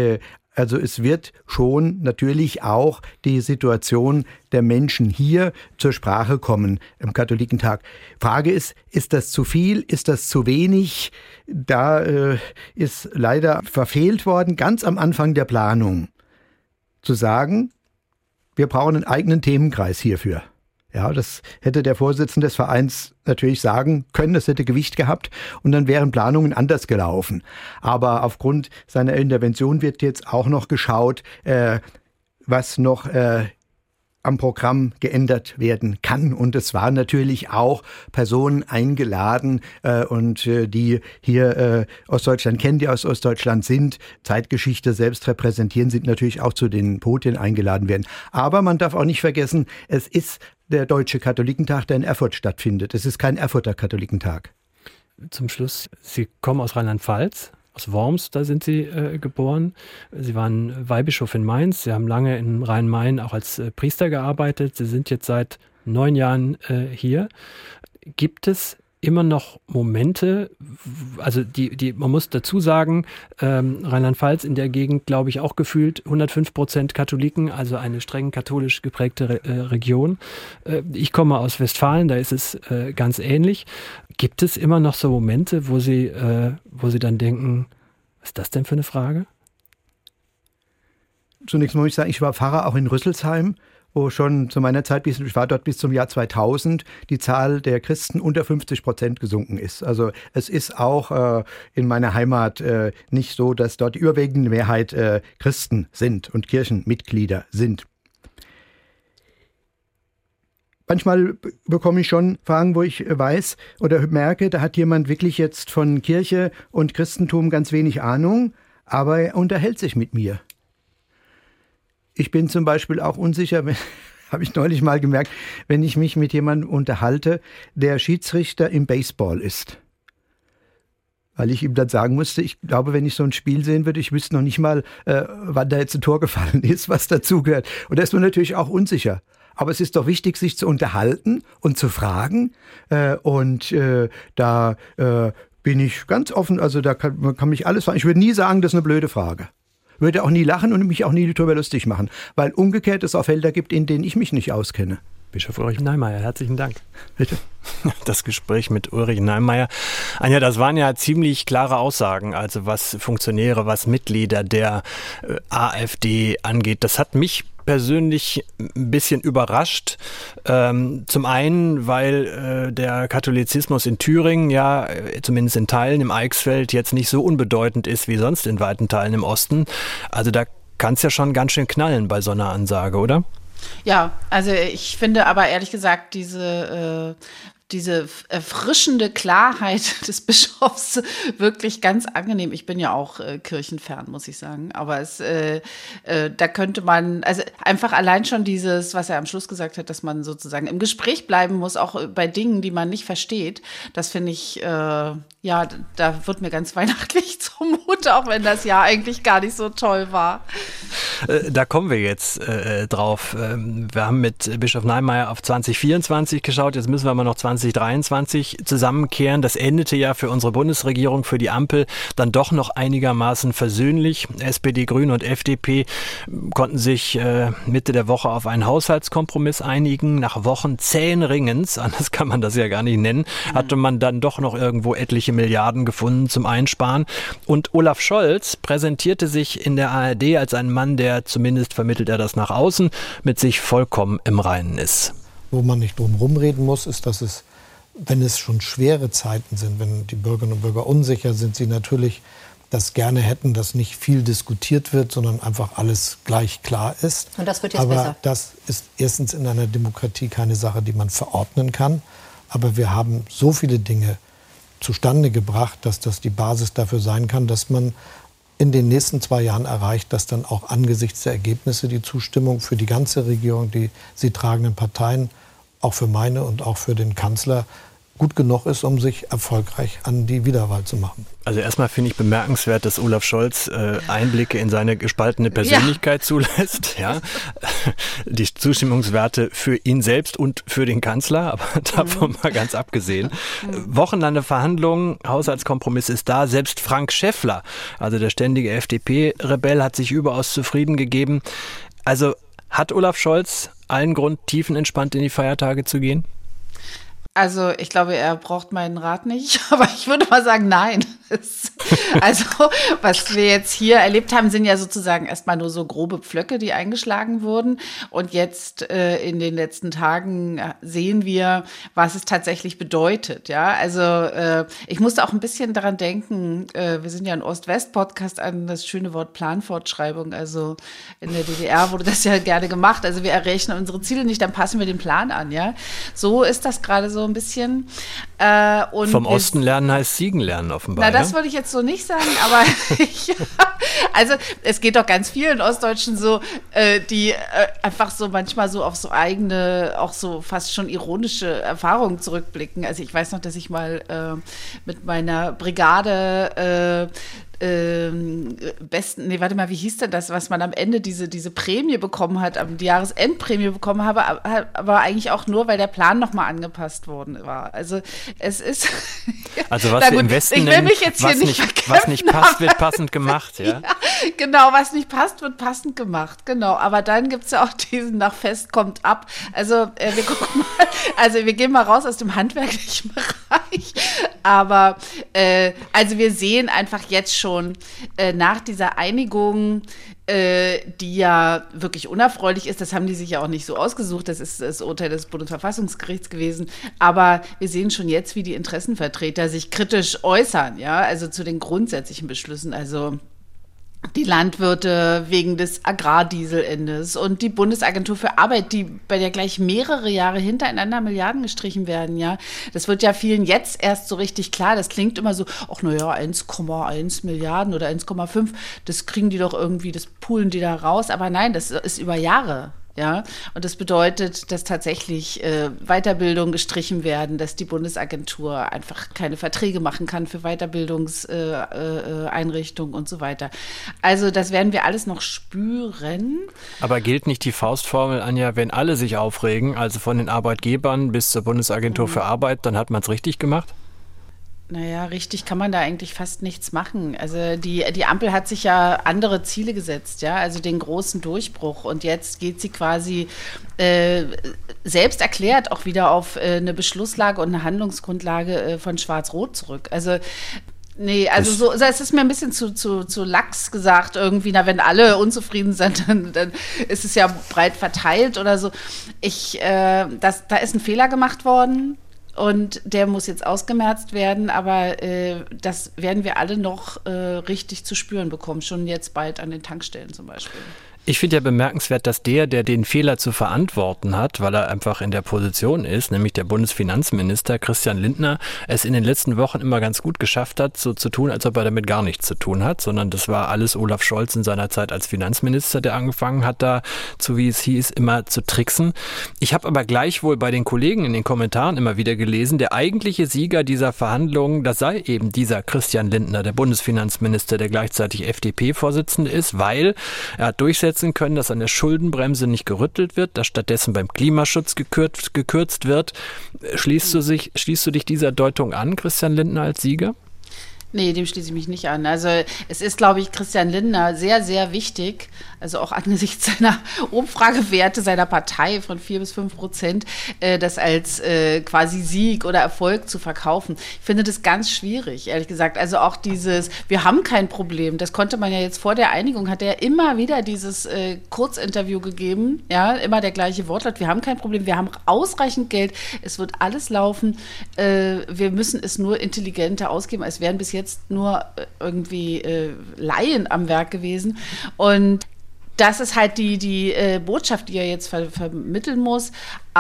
Also es wird schon natürlich auch die Situation der Menschen hier zur Sprache kommen im Katholikentag. Frage ist, ist das zu viel? Ist das zu wenig? Da äh, ist leider verfehlt worden, ganz am Anfang der Planung, zu sagen, wir brauchen einen eigenen Themenkreis hierfür. Ja, das hätte der Vorsitzende des Vereins natürlich sagen können, das hätte Gewicht gehabt und dann wären Planungen anders gelaufen. Aber aufgrund seiner Intervention wird jetzt auch noch geschaut, äh, was noch äh, am Programm geändert werden kann. Und es waren natürlich auch Personen eingeladen, äh, und äh, die hier äh, Ostdeutschland kennen, die aus Ostdeutschland sind, Zeitgeschichte selbst repräsentieren, sind natürlich auch zu den Podien eingeladen werden. Aber man darf auch nicht vergessen, es ist der Deutsche Katholikentag, der in Erfurt stattfindet. Es ist kein Erfurter Katholikentag. Zum Schluss, Sie kommen aus Rheinland-Pfalz, aus Worms, da sind Sie äh, geboren. Sie waren Weihbischof in Mainz. Sie haben lange in Rhein-Main auch als äh, Priester gearbeitet. Sie sind jetzt seit neun Jahren äh, hier. Gibt es immer noch Momente, also die, die, man muss dazu sagen, ähm, Rheinland-Pfalz in der Gegend, glaube ich, auch gefühlt hundertfünf Prozent Katholiken, also eine streng katholisch geprägte Re- äh, Region. Äh, ich komme aus Westfalen, da ist es äh, ganz ähnlich. Gibt es immer noch so Momente, wo Sie, äh, wo Sie dann denken, was ist das denn für eine Frage? Zunächst muss ich sagen, ich war Pfarrer auch in Rüsselsheim, wo schon zu meiner Zeit, ich war dort bis zum Jahr zweitausend, die Zahl der Christen unter fünfzig Prozent gesunken ist. Also es ist auch äh, in meiner Heimat äh, nicht so, dass dort die überwiegende Mehrheit äh, Christen sind und Kirchenmitglieder sind. Manchmal bekomme ich schon Fragen, wo ich weiß oder merke, da hat jemand wirklich jetzt von Kirche und Christentum ganz wenig Ahnung, aber er unterhält sich mit mir. Ich bin zum Beispiel auch unsicher, habe ich neulich mal gemerkt, wenn ich mich mit jemandem unterhalte, der Schiedsrichter im Baseball ist. Weil ich ihm dann sagen musste, ich glaube, wenn ich so ein Spiel sehen würde, ich wüsste noch nicht mal, äh, wann da jetzt ein Tor gefallen ist, was dazugehört. Und da ist man natürlich auch unsicher. Aber es ist doch wichtig, sich zu unterhalten und zu fragen. Äh, und äh, da äh, bin ich ganz offen, also da kann, man kann mich alles fragen. Ich würde nie sagen, das ist eine blöde Frage. Würde auch nie lachen und mich auch nie darüber lustig machen, weil umgekehrt es auch Felder gibt, in denen ich mich nicht auskenne. Bischof Ulrich Neimeyer, herzlichen Dank. Bitte. Das Gespräch mit Ulrich Neimeyer. Anja, das waren ja ziemlich klare Aussagen, also was Funktionäre, was Mitglieder der äh, AfD angeht. Das hat mich persönlich ein bisschen überrascht. Ähm, zum einen, weil äh, der Katholizismus in Thüringen ja, äh, zumindest in Teilen im Eichsfeld, jetzt nicht so unbedeutend ist wie sonst in weiten Teilen im Osten. Also da kann es ja schon ganz schön knallen bei so einer Ansage, oder? Ja, also ich finde aber ehrlich gesagt diese äh, diese erfrischende Klarheit des Bischofs wirklich ganz angenehm. Ich bin ja auch äh, kirchenfern, muss ich sagen. Aber es, äh, äh, da könnte man, also einfach allein schon dieses, was er am Schluss gesagt hat, dass man sozusagen im Gespräch bleiben muss, auch bei Dingen, die man nicht versteht. Das finde ich, äh, ja, da wird mir ganz weihnachtlich zumute, auch wenn das Jahr eigentlich gar nicht so toll war. Da kommen wir jetzt äh, drauf. Wir haben mit Bischof Neimeyer auf zwanzig vierundzwanzig geschaut, jetzt müssen wir aber noch zwanzig dreiundzwanzig zusammenkehren. Das endete ja für unsere Bundesregierung, für die Ampel dann doch noch einigermaßen versöhnlich. S P D, Grüne und F D P konnten sich äh, Mitte der Woche auf einen Haushaltskompromiss einigen. Nach Wochen zähen Ringens, anders kann man das ja gar nicht nennen, hatte man dann doch noch irgendwo etliche Milliarden gefunden zum Einsparen. Und Olaf Scholz präsentierte sich in der A R D als ein Mann, der, zumindest vermittelt er das nach außen, mit sich vollkommen im Reinen ist. Wo man nicht drum rumreden muss, ist, dass es, wenn es schon schwere Zeiten sind, wenn die Bürgerinnen und Bürger unsicher sind, sie natürlich das gerne hätten, dass nicht viel diskutiert wird, sondern einfach alles gleich klar ist. Und das wird jetzt Aber besser. das ist erstens in einer Demokratie keine Sache, die man verordnen kann. Aber wir haben so viele Dinge zustande gebracht, dass das die Basis dafür sein kann, dass man in den nächsten zwei Jahren erreicht, dass dann auch angesichts der Ergebnisse die Zustimmung für die ganze Regierung, die sie tragenden Parteien, auch für meine und auch für den Kanzler, gut genug ist, um sich erfolgreich an die Wiederwahl zu machen. Also erstmal finde ich bemerkenswert, dass Olaf Scholz äh, Einblicke in seine gespaltene Persönlichkeit ja. zulässt. Ja. Die Zustimmungswerte für ihn selbst und für den Kanzler, aber davon mhm. mal ganz abgesehen. Mhm. Wochenlange Verhandlungen, Haushaltskompromiss ist da. Selbst Frank Schäffler, also der ständige F D P-Rebell, hat sich überaus zufrieden gegeben. Also hat Olaf Scholz allen Grund, tiefenentspannt in die Feiertage zu gehen? Also ich glaube, er braucht meinen Rat nicht, aber ich würde mal sagen, nein. Also was wir jetzt hier erlebt haben, sind ja sozusagen erstmal nur so grobe Pflöcke, die eingeschlagen wurden. Und jetzt äh, in den letzten Tagen sehen wir, was es tatsächlich bedeutet. Ja, also äh, ich musste auch ein bisschen daran denken, äh, wir sind ja ein Ost-West-Podcast, an das schöne Wort Planfortschreibung. Also in der D D R wurde das ja gerne gemacht. Also wir erreichen unsere Ziele nicht, dann passen wir den Plan an. Ja, so ist das gerade so ein bisschen. Äh, und Vom Osten lernen heißt Siegen lernen offenbar. Na, das würde ich jetzt so nicht sagen, aber ich, also es geht doch ganz vielen Ostdeutschen so, äh, die äh, einfach so manchmal so auf so eigene, auch so fast schon ironische Erfahrungen zurückblicken. Also ich weiß noch, dass ich mal äh, mit meiner Brigade äh, Ähm, besten, nee, warte mal, wie hieß denn das, was man am Ende diese, diese Prämie bekommen hat, die Jahresendprämie bekommen habe, aber eigentlich auch nur, weil der Plan nochmal angepasst worden war. Also es ist... Also was wir im Westen nennen, was nicht, nicht was nicht passt, wird passend gemacht, ja? Ja, genau, was nicht passt, wird passend gemacht, genau. Aber dann gibt es ja auch diesen nach Fest kommt ab. Also äh, wir gucken mal, also wir gehen mal raus aus dem handwerklichen Bereich. Aber äh, also wir sehen einfach jetzt schon äh, nach dieser Einigung, äh, die ja wirklich unerfreulich ist, das haben die sich ja auch nicht so ausgesucht, das ist das Urteil des Bundesverfassungsgerichts gewesen, aber wir sehen schon jetzt, wie die Interessenvertreter sich kritisch äußern, ja, also zu den grundsätzlichen Beschlüssen, also die Landwirte wegen des Agrardieselendes und die Bundesagentur für Arbeit, die bei der gleich mehrere Jahre hintereinander Milliarden gestrichen werden, ja. Das wird ja vielen jetzt erst so richtig klar. Das klingt immer so, ach naja, eins Komma eins Milliarden oder eins Komma fünf, das kriegen die doch irgendwie, das poolen die da raus. Aber nein, das ist über Jahre. Ja, und das bedeutet, dass tatsächlich äh, Weiterbildung gestrichen werden, dass die Bundesagentur einfach keine Verträge machen kann für Weiterbildungseinrichtungen äh, äh, und so weiter. Also das werden wir alles noch spüren. Aber gilt nicht die Faustformel, Anja, wenn alle sich aufregen, also von den Arbeitgebern bis zur Bundesagentur mhm. für Arbeit, dann hat man es richtig gemacht? Naja, richtig kann man da eigentlich fast nichts machen. Also die, die Ampel hat sich ja andere Ziele gesetzt, ja, also den großen Durchbruch. Und jetzt geht sie quasi äh, selbst erklärt auch wieder auf äh, eine Beschlusslage und eine Handlungsgrundlage äh, von Schwarz-Rot zurück. Also nee, also so, es ist mir ein bisschen zu, zu, zu lax gesagt irgendwie, na, wenn alle unzufrieden sind, dann, dann ist es ja breit verteilt oder so. Ich, äh, das, da ist ein Fehler gemacht worden. Und der muss jetzt ausgemerzt werden, aber äh, das werden wir alle noch äh, richtig zu spüren bekommen, schon jetzt bald an den Tankstellen zum Beispiel. Ich finde ja bemerkenswert, dass der, der den Fehler zu verantworten hat, weil er einfach in der Position ist, nämlich der Bundesfinanzminister Christian Lindner, es in den letzten Wochen immer ganz gut geschafft hat, so zu tun, als ob er damit gar nichts zu tun hat, sondern das war alles Olaf Scholz in seiner Zeit als Finanzminister, der angefangen hat, da, so wie es hieß, immer zu tricksen. Ich habe aber gleichwohl bei den Kollegen in den Kommentaren immer wieder gelesen, der eigentliche Sieger dieser Verhandlungen, das sei eben dieser Christian Lindner, der Bundesfinanzminister, der gleichzeitig F D P-Vorsitzende ist, weil er hat durchsetzen können, dass an der Schuldenbremse nicht gerüttelt wird, dass stattdessen beim Klimaschutz gekürzt, gekürzt wird. Schließt du, sich, schließt du dich dieser Deutung an, Christian Lindner als Sieger? Nee, dem schließe ich mich nicht an. Also es ist, glaube ich, Christian Lindner sehr, sehr wichtig, also auch angesichts seiner Umfragewerte seiner Partei von vier bis fünf Prozent, äh, das als äh, quasi Sieg oder Erfolg zu verkaufen. Ich finde das ganz schwierig, ehrlich gesagt. Also auch dieses, wir haben kein Problem, das konnte man ja jetzt vor der Einigung, hat er immer wieder dieses äh, Kurzinterview gegeben, ja, immer der gleiche Wortlaut, wir haben kein Problem, wir haben ausreichend Geld, es wird alles laufen, äh, wir müssen es nur intelligenter ausgeben, es werden bis jetzt jetzt nur irgendwie äh, Laien am Werk gewesen. Und das ist halt die, die äh, Botschaft, die er jetzt ver- vermitteln muss.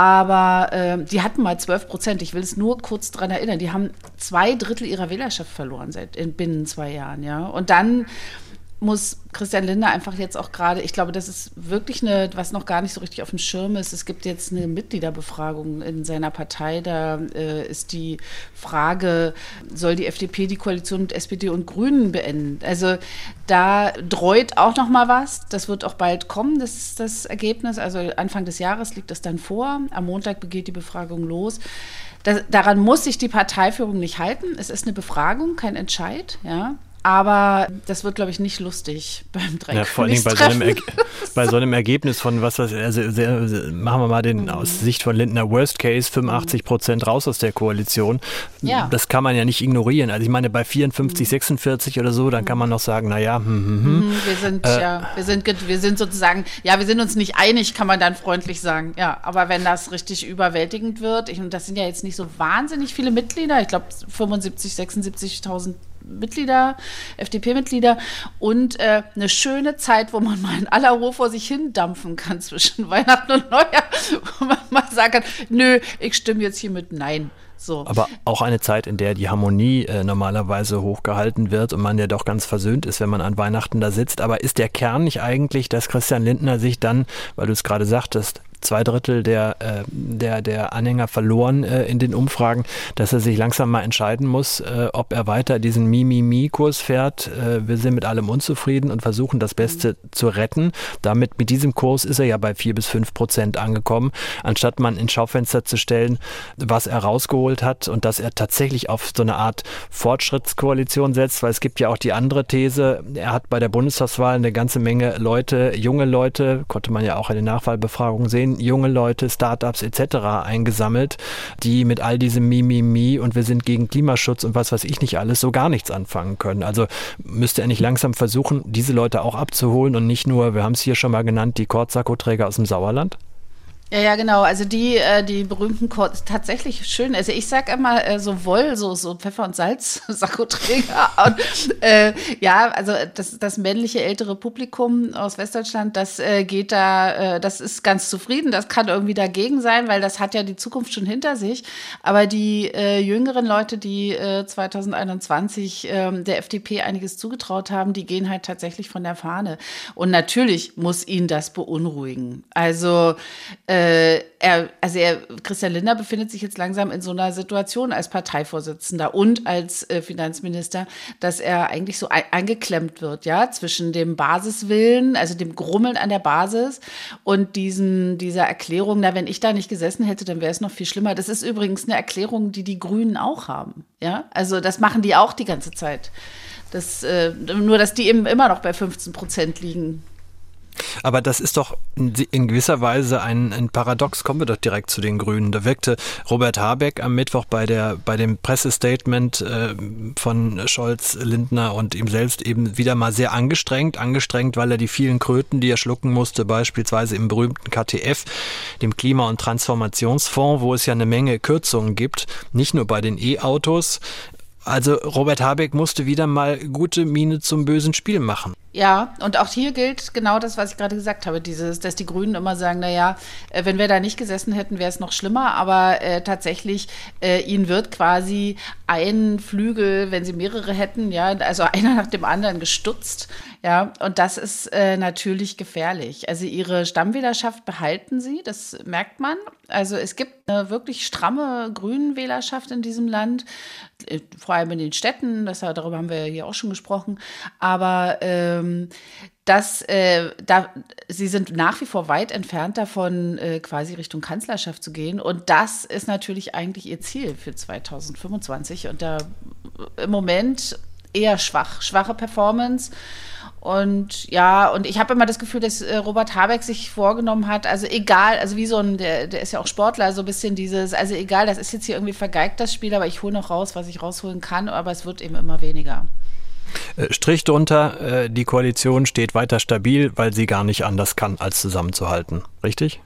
Aber äh, die hatten mal zwölf Prozent. Ich will es nur kurz daran erinnern. Die haben zwei Drittel ihrer Wählerschaft verloren seit in binnen zwei Jahren. Ja? Und dann muss Christian Lindner einfach jetzt auch gerade, ich glaube, das ist wirklich eine, was noch gar nicht so richtig auf dem Schirm ist. Es gibt jetzt eine Mitgliederbefragung in seiner Partei. Da äh, ist die Frage, soll die F D P die Koalition mit S P D und Grünen beenden? Also da dreut auch noch mal was. Das wird auch bald kommen, das, das Ergebnis. Also Anfang des Jahres liegt das dann vor. Am Montag geht die Befragung los. Das, daran muss sich die Parteiführung nicht halten. Es ist eine Befragung, kein Entscheid, ja. Aber das wird, glaube ich, nicht lustig beim Dreikönigstreffen. Ja, vor allem bei so, einem Erge- bei so einem Ergebnis von, was weiß ich, also sehr, sehr, machen wir mal den mhm. aus Sicht von Lindner Worst Case, fünfundachtzig Prozent raus aus der Koalition. Ja. Das kann man ja nicht ignorieren. Also ich meine, bei vierundfünfzig, mhm. sechsundvierzig oder so, dann kann man noch sagen, naja, hm, hm, hm. Mhm, wir sind, äh, ja, wir sind, wir sind sozusagen, ja, wir sind uns nicht einig, kann man dann freundlich sagen. Ja, aber wenn das richtig überwältigend wird, ich, und das sind ja jetzt nicht so wahnsinnig viele Mitglieder, ich glaube fünfundsiebzig, sechsundsiebzigtausend Mitglieder, F D P-Mitglieder und äh, eine schöne Zeit, wo man mal in aller Ruhe vor sich hin dampfen kann zwischen Weihnachten und Neujahr, wo man mal sagen kann, nö, ich stimme jetzt hier mit Nein. So. Aber auch eine Zeit, in der die Harmonie äh, normalerweise hochgehalten wird und man ja doch ganz versöhnt ist, wenn man an Weihnachten da sitzt. Aber ist der Kern nicht eigentlich, dass Christian Lindner sich dann, weil du es gerade sagtest, zwei Drittel der, äh, der, der Anhänger verloren äh, in den Umfragen, dass er sich langsam mal entscheiden muss, äh, ob er weiter diesen Mi-Mi-Mi-Kurs fährt. Äh, wir sind mit allem unzufrieden und versuchen das Beste mhm. zu retten. Damit, mit diesem Kurs ist er ja bei vier bis fünf Prozent angekommen, anstatt man ins Schaufenster zu stellen, was er rausgeholt hat und dass er tatsächlich auf so eine Art Fortschrittskoalition setzt, weil es gibt ja auch die andere These, er hat bei der Bundestagswahl eine ganze Menge Leute, junge Leute, konnte man ja auch in den Nachwahlbefragungen sehen, Ideen, junge Leute, Startups et cetera eingesammelt, die mit all diesem Mimimi und wir sind gegen Klimaschutz und was weiß ich nicht alles so gar nichts anfangen können. Also müsste er nicht langsam versuchen, diese Leute auch abzuholen und nicht nur, wir haben es hier schon mal genannt, die Kortsackoträger aus dem Sauerland? Ja, ja, genau. Also die, äh, die berühmten Kor- tatsächlich schön. Also ich sag immer äh, so Woll, so so Pfeffer und Salz, Sakkoträger. Und äh, ja, also das das männliche ältere Publikum aus Westdeutschland, das äh, geht da, äh, das ist ganz zufrieden. Das kann irgendwie dagegen sein, weil das hat ja die Zukunft schon hinter sich. Aber die äh, jüngeren Leute, die äh, zwanzig einundzwanzig äh, der F D P einiges zugetraut haben, die gehen halt tatsächlich von der Fahne. Und natürlich muss ihn das beunruhigen. Also äh, Er, also er, Christian Lindner befindet sich jetzt langsam in so einer Situation als Parteivorsitzender und als äh, Finanzminister, dass er eigentlich so ein, eingeklemmt wird, ja, zwischen dem Basiswillen, also dem Grummeln an der Basis und diesen, dieser Erklärung, na, wenn ich da nicht gesessen hätte, dann wäre es noch viel schlimmer. Das ist übrigens eine Erklärung, die die Grünen auch haben, ja, also das machen die auch die ganze Zeit. Das, äh, nur, dass die eben immer noch bei fünfzehn Prozent liegen. Aber das ist doch in gewisser Weise ein, ein Paradox. Kommen wir doch direkt zu den Grünen. Da wirkte Robert Habeck am Mittwoch bei der bei dem Pressestatement äh, von Scholz, Lindner und ihm selbst eben wieder mal sehr angestrengt. Angestrengt, weil er die vielen Kröten, die er schlucken musste, beispielsweise im berühmten K T F, dem Klima- und Transformationsfonds, wo es ja eine Menge Kürzungen gibt, nicht nur bei den E-Autos. Also Robert Habeck musste wieder mal gute Miene zum bösen Spiel machen. Ja, und auch hier gilt genau das, was ich gerade gesagt habe, dieses, dass die Grünen immer sagen, na ja, wenn wir da nicht gesessen hätten, wäre es noch schlimmer, aber äh, tatsächlich, äh, ihnen wird quasi ein Flügel, wenn sie mehrere hätten, ja, also einer nach dem anderen gestutzt, ja, und das ist äh, natürlich gefährlich. Also ihre Stammwählerschaft behalten sie, das merkt man. Also es gibt eine wirklich stramme Grünen-Wählerschaft in diesem Land, äh, vor allem in den Städten, das, darüber haben wir ja hier auch schon gesprochen, aber ähm, dass äh, da, sie sind nach wie vor weit entfernt davon, äh, quasi Richtung Kanzlerschaft zu gehen. Und das ist natürlich eigentlich ihr Ziel für zwanzig fünfundzwanzig. Und da im Moment eher schwach, schwache Performance. Und ja, und ich habe immer das Gefühl, dass äh, Robert Habeck sich vorgenommen hat, also egal, also wie so ein, der, der ist ja auch Sportler, so ein bisschen dieses, also egal, das ist jetzt hier irgendwie vergeigt, das Spiel, aber ich hole noch raus, was ich rausholen kann, aber es wird eben immer weniger. Strich drunter, die Koalition steht weiter stabil, weil sie gar nicht anders kann, als zusammenzuhalten. Richtig?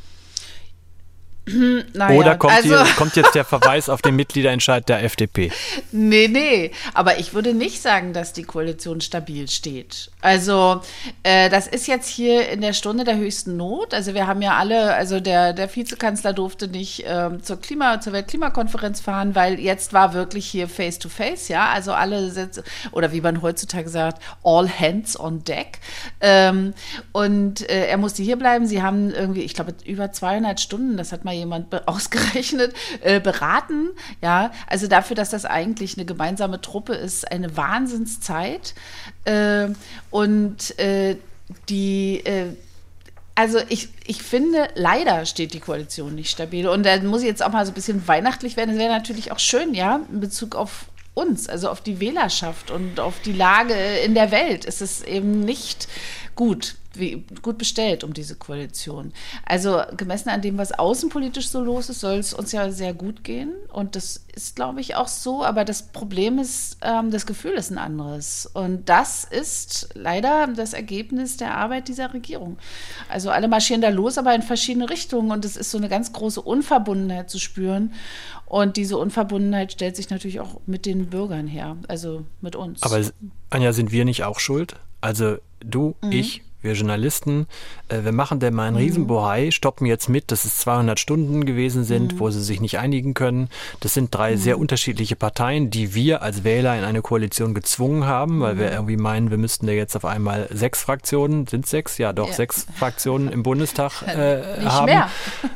Naja, Oder kommt, also, hier, kommt jetzt der Verweis auf den Mitgliederentscheid der F D P? Nee, nee. Aber ich würde nicht sagen, dass die Koalition stabil steht. Also äh, das ist jetzt hier in der Stunde der höchsten Not. Also wir haben ja alle, also der, der Vizekanzler durfte nicht ähm, zur Klima, zur Weltklimakonferenz fahren, weil jetzt war wirklich hier Face-to-Face, ja. Also alle Sitze, oder wie man heutzutage sagt, all hands on deck. Ähm, und äh, er musste hier bleiben. Sie haben irgendwie, ich glaube, über zweihundert Stunden, das hat man jemand ausgerechnet, äh, beraten, ja, also dafür, dass das eigentlich eine gemeinsame Truppe ist, eine Wahnsinnszeit äh, und äh, die äh, also ich, ich finde, leider steht die Koalition nicht stabil und da muss ich jetzt auch mal so ein bisschen weihnachtlich werden, es wäre natürlich auch schön, ja, in Bezug auf uns, also auf die Wählerschaft und auf die Lage in der Welt ist es eben nicht gut. Wie gut bestellt um diese Koalition. Also gemessen an dem, was außenpolitisch so los ist, soll es uns ja sehr gut gehen. Und das ist, glaube ich, auch so. Aber das Problem ist, ähm, das Gefühl ist ein anderes. Und das ist leider das Ergebnis der Arbeit dieser Regierung. Also alle marschieren da los, aber in verschiedene Richtungen. Und es ist so eine ganz große Unverbundenheit zu spüren. Und diese Unverbundenheit stellt sich natürlich auch mit den Bürgern her, also mit uns. Aber Anja, sind wir nicht auch schuld? Also du, mhm. ich, wir Journalisten, äh, wir machen denn mal einen mhm. Riesenbohai, stoppen jetzt mit, dass es zweihundert Stunden gewesen sind, mhm. wo sie sich nicht einigen können. Das sind drei mhm. sehr unterschiedliche Parteien, die wir als Wähler in eine Koalition gezwungen haben, weil mhm. wir irgendwie meinen, wir müssten da jetzt auf einmal sechs Fraktionen, sind es sechs? Ja, doch, ja. sechs Fraktionen im Bundestag äh, nicht haben. Mehr.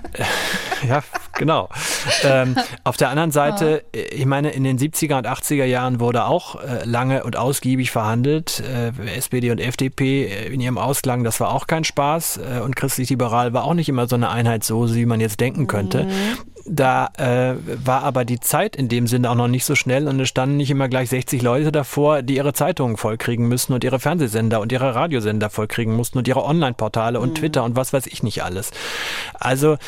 Ja, genau. ähm, auf der anderen Seite, oh. ich meine, in den siebziger und achtziger Jahren wurde auch äh, lange und ausgiebig verhandelt. Äh, S P D und F D P in ihrem Ausklang, das war auch kein Spaß. Äh, und christlich-liberal war auch nicht immer so eine Einheitssoße, wie man jetzt denken könnte. Mhm. Da äh, war aber die Zeit in dem Sinne auch noch nicht so schnell und es standen nicht immer gleich sechzig Leute davor, die ihre Zeitungen vollkriegen müssen und ihre Fernsehsender und ihre Radiosender vollkriegen mussten und ihre Online-Portale und mhm. Twitter und was weiß ich nicht alles. Also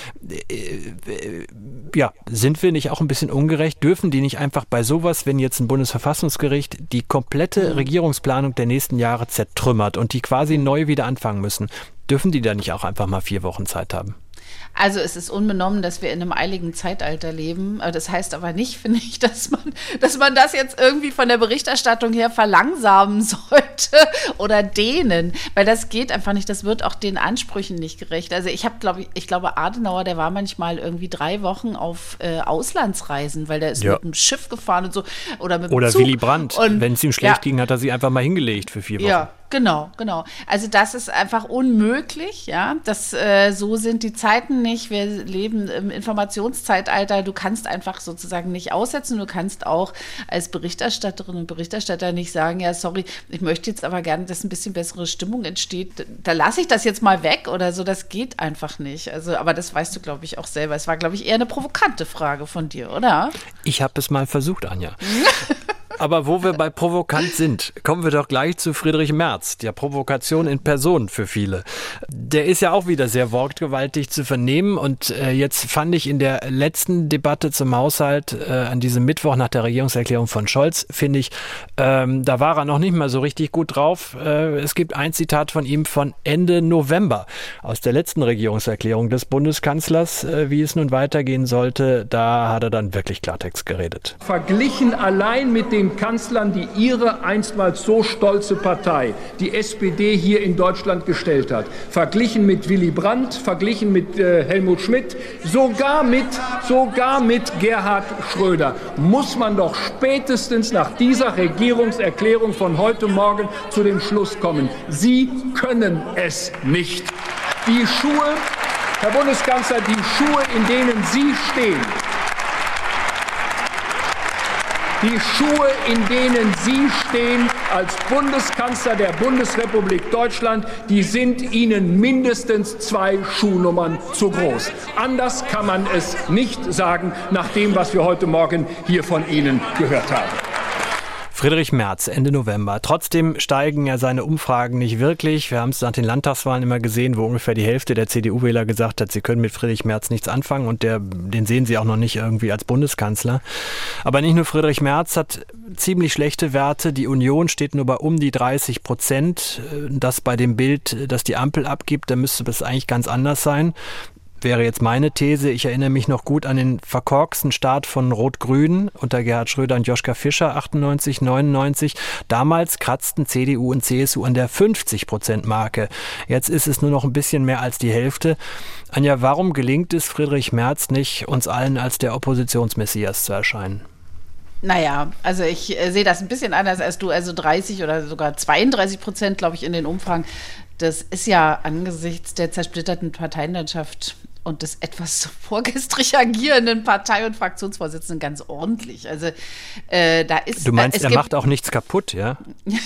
äh, ja, sind wir nicht auch ein bisschen ungerecht? Dürfen die nicht einfach bei sowas, wenn jetzt ein Bundesverfassungsgericht die komplette mhm. Regierungsplanung der nächsten Jahre zertrümmert und die quasi neu wieder anfangen müssen, dürfen die da nicht auch einfach mal vier Wochen Zeit haben? Also es ist unbenommen, dass wir in einem eiligen Zeitalter leben. Das heißt aber nicht, finde ich, dass man, dass man das jetzt irgendwie von der Berichterstattung her verlangsamen sollte oder dehnen, weil das geht einfach nicht. Das wird auch den Ansprüchen nicht gerecht. Also ich habe, glaube ich, ich glaube Adenauer, der war manchmal irgendwie drei Wochen auf äh, Auslandsreisen, weil der ist ja. mit dem Schiff gefahren und so oder mit dem Oder Zug. Willy Brandt, wenn es ihm schlecht ja. ging, hat er sie einfach mal hingelegt für vier Wochen. Ja. Genau, genau. Also das ist einfach unmöglich, ja. Das, äh, so sind die Zeiten nicht. Wir leben im Informationszeitalter. Du kannst einfach sozusagen nicht aussetzen. Du kannst auch als Berichterstatterin und Berichterstatter nicht sagen, ja, sorry, ich möchte jetzt aber gerne, dass ein bisschen bessere Stimmung entsteht. Da lasse ich das jetzt mal weg oder so. Das geht einfach nicht. Also, aber das weißt du, glaube ich, auch selber. Es war, glaube ich, eher eine provokante Frage von dir, oder? Ich habe es mal versucht, Anja. Aber wo wir bei provokant sind, kommen wir doch gleich zu Friedrich Merz, der Provokation in Person für viele. Der ist ja auch wieder sehr wortgewaltig zu vernehmen und äh, jetzt fand ich in der letzten Debatte zum Haushalt äh, an diesem Mittwoch nach der Regierungserklärung von Scholz, finde ich, ähm, da war er noch nicht mal so richtig gut drauf. Äh, es gibt ein Zitat von ihm von Ende November aus der letzten Regierungserklärung des Bundeskanzlers, äh, wie es nun weitergehen sollte. Da hat er dann wirklich Klartext geredet. Verglichen allein mit den Kanzlern, die ihre einstmals so stolze Partei, die S P D, hier in Deutschland gestellt hat. Verglichen mit Willy Brandt, verglichen mit äh, Helmut Schmidt, sogar mit, sogar mit Gerhard Schröder, muss man doch spätestens nach dieser Regierungserklärung von heute Morgen zu dem Schluss kommen: Sie können es nicht. Die Schuhe, Herr Bundeskanzler, die Schuhe, in denen Sie stehen, Die Schuhe, in denen Sie stehen als Bundeskanzler der Bundesrepublik Deutschland, die sind Ihnen mindestens zwei Schuhnummern zu groß. Anders kann man es nicht sagen, nach dem, was wir heute Morgen hier von Ihnen gehört haben. Friedrich Merz, Ende November. Trotzdem steigen ja seine Umfragen nicht wirklich. Wir haben es nach den Landtagswahlen immer gesehen, wo ungefähr die Hälfte der C D U-Wähler gesagt hat, sie können mit Friedrich Merz nichts anfangen und der, den sehen sie auch noch nicht irgendwie als Bundeskanzler. Aber nicht nur Friedrich Merz hat ziemlich schlechte Werte. Die Union steht nur bei um die dreißig Prozent. Das bei dem Bild, das die Ampel abgibt, da müsste das eigentlich ganz anders sein. Wäre jetzt meine These. Ich erinnere mich noch gut an den verkorksten Start von Rot-Grün unter Gerhard Schröder und Joschka Fischer, achtundneunzig, neunundneunzig. Damals kratzten C D U und C S U an der fünfzig Prozent Marke. Jetzt ist es nur noch ein bisschen mehr als die Hälfte. Anja, warum gelingt es Friedrich Merz nicht, uns allen als der Oppositionsmessias zu erscheinen? Naja, also ich äh, sehe das ein bisschen anders als du. Also dreißig oder sogar zweiunddreißig Prozent, glaube ich, in den Umfragen. Das ist ja angesichts der zersplitterten Parteienlandschaft und des etwas vorgestrig agierenden Partei- und Fraktionsvorsitzenden ganz ordentlich. Also äh, da ist. Du meinst, äh, er macht auch nichts kaputt, ja?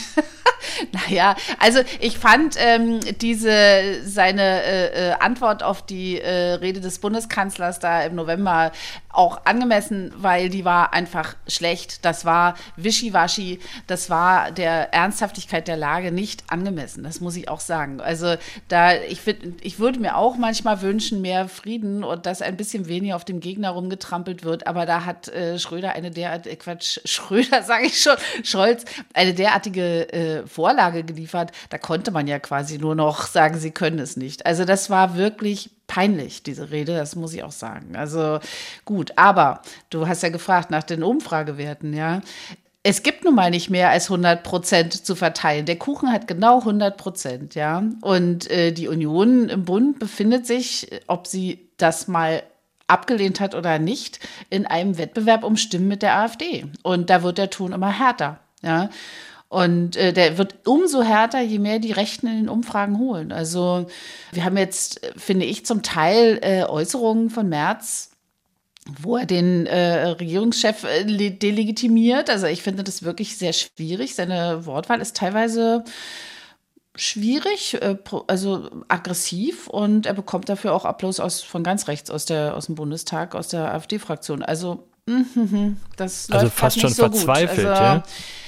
Naja, also ich fand ähm, diese seine äh, Antwort auf die äh, Rede des Bundeskanzlers da im November auch angemessen, weil die war einfach schlecht. Das war wischiwaschi, das war der Ernsthaftigkeit der Lage nicht angemessen. Das muss ich auch sagen. Also da ich find, ich würde mir auch manchmal wünschen, mehr Frieden und dass ein bisschen weniger auf dem Gegner rumgetrampelt wird. Aber da hat äh, Schröder eine derartige, äh, Quatsch, Schröder sage ich schon, Scholz eine derartige äh, Vorlage geliefert. Da konnte man ja quasi nur noch sagen, sie können es nicht. Also das war wirklich peinlich, diese Rede, das muss ich auch sagen. Also gut, aber du hast ja gefragt nach den Umfragewerten, ja. Es gibt nun mal nicht mehr als hundert Prozent zu verteilen. Der Kuchen hat genau hundert Prozent, ja. Und äh, die Union im Bund befindet sich, ob sie das mal abgelehnt hat oder nicht, in einem Wettbewerb um Stimmen mit der AfD. Und da wird der Ton immer härter, ja. Und äh, der wird umso härter, je mehr die Rechten in den Umfragen holen. Also wir haben jetzt, finde ich, zum Teil äh, Äußerungen von Merz, wo er den äh, Regierungschef äh, delegitimiert. Also ich finde das wirklich sehr schwierig. Seine Wortwahl ist teilweise schwierig, also aggressiv, und er bekommt dafür auch Applaus aus, von ganz rechts aus, der, aus dem Bundestag, aus der AfD-Fraktion. Also das also läuft fast schon nicht so verzweifelt, gut. Also,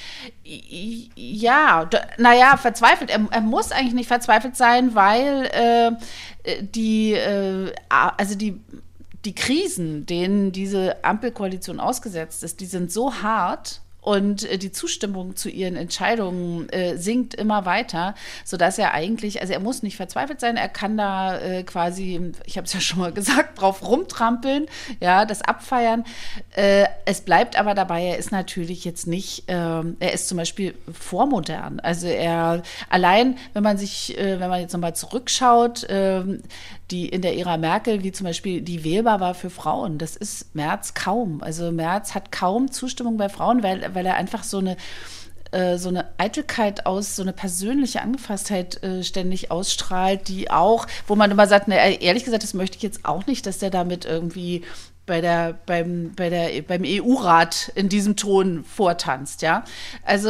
ja? Ja, naja, verzweifelt. Er, er muss eigentlich nicht verzweifelt sein, weil äh, die, äh, also die, die Krisen, denen diese Ampelkoalition ausgesetzt ist, die sind so hart. Und die Zustimmung zu ihren Entscheidungen äh, sinkt immer weiter, sodass er eigentlich, also er muss nicht verzweifelt sein, er kann da äh, quasi, ich habe es ja schon mal gesagt, drauf rumtrampeln, ja, das abfeiern. Äh, es bleibt aber dabei, er ist natürlich jetzt nicht, äh, er ist zum Beispiel vormodern. Also er, allein, wenn man sich, äh, wenn man jetzt nochmal zurückschaut, äh, die in der Ära Merkel, wie zum Beispiel die wählbar war für Frauen, das ist Merz kaum. Also Merz hat kaum Zustimmung bei Frauen, weil weil er einfach so eine, äh, so eine Eitelkeit aus, so eine persönliche Angefasstheit äh, ständig ausstrahlt, die auch, wo man immer sagt, ne, ehrlich gesagt, das möchte ich jetzt auch nicht, dass der damit irgendwie bei der, beim, bei der, beim E U-Rat in diesem Ton vortanzt, ja. Also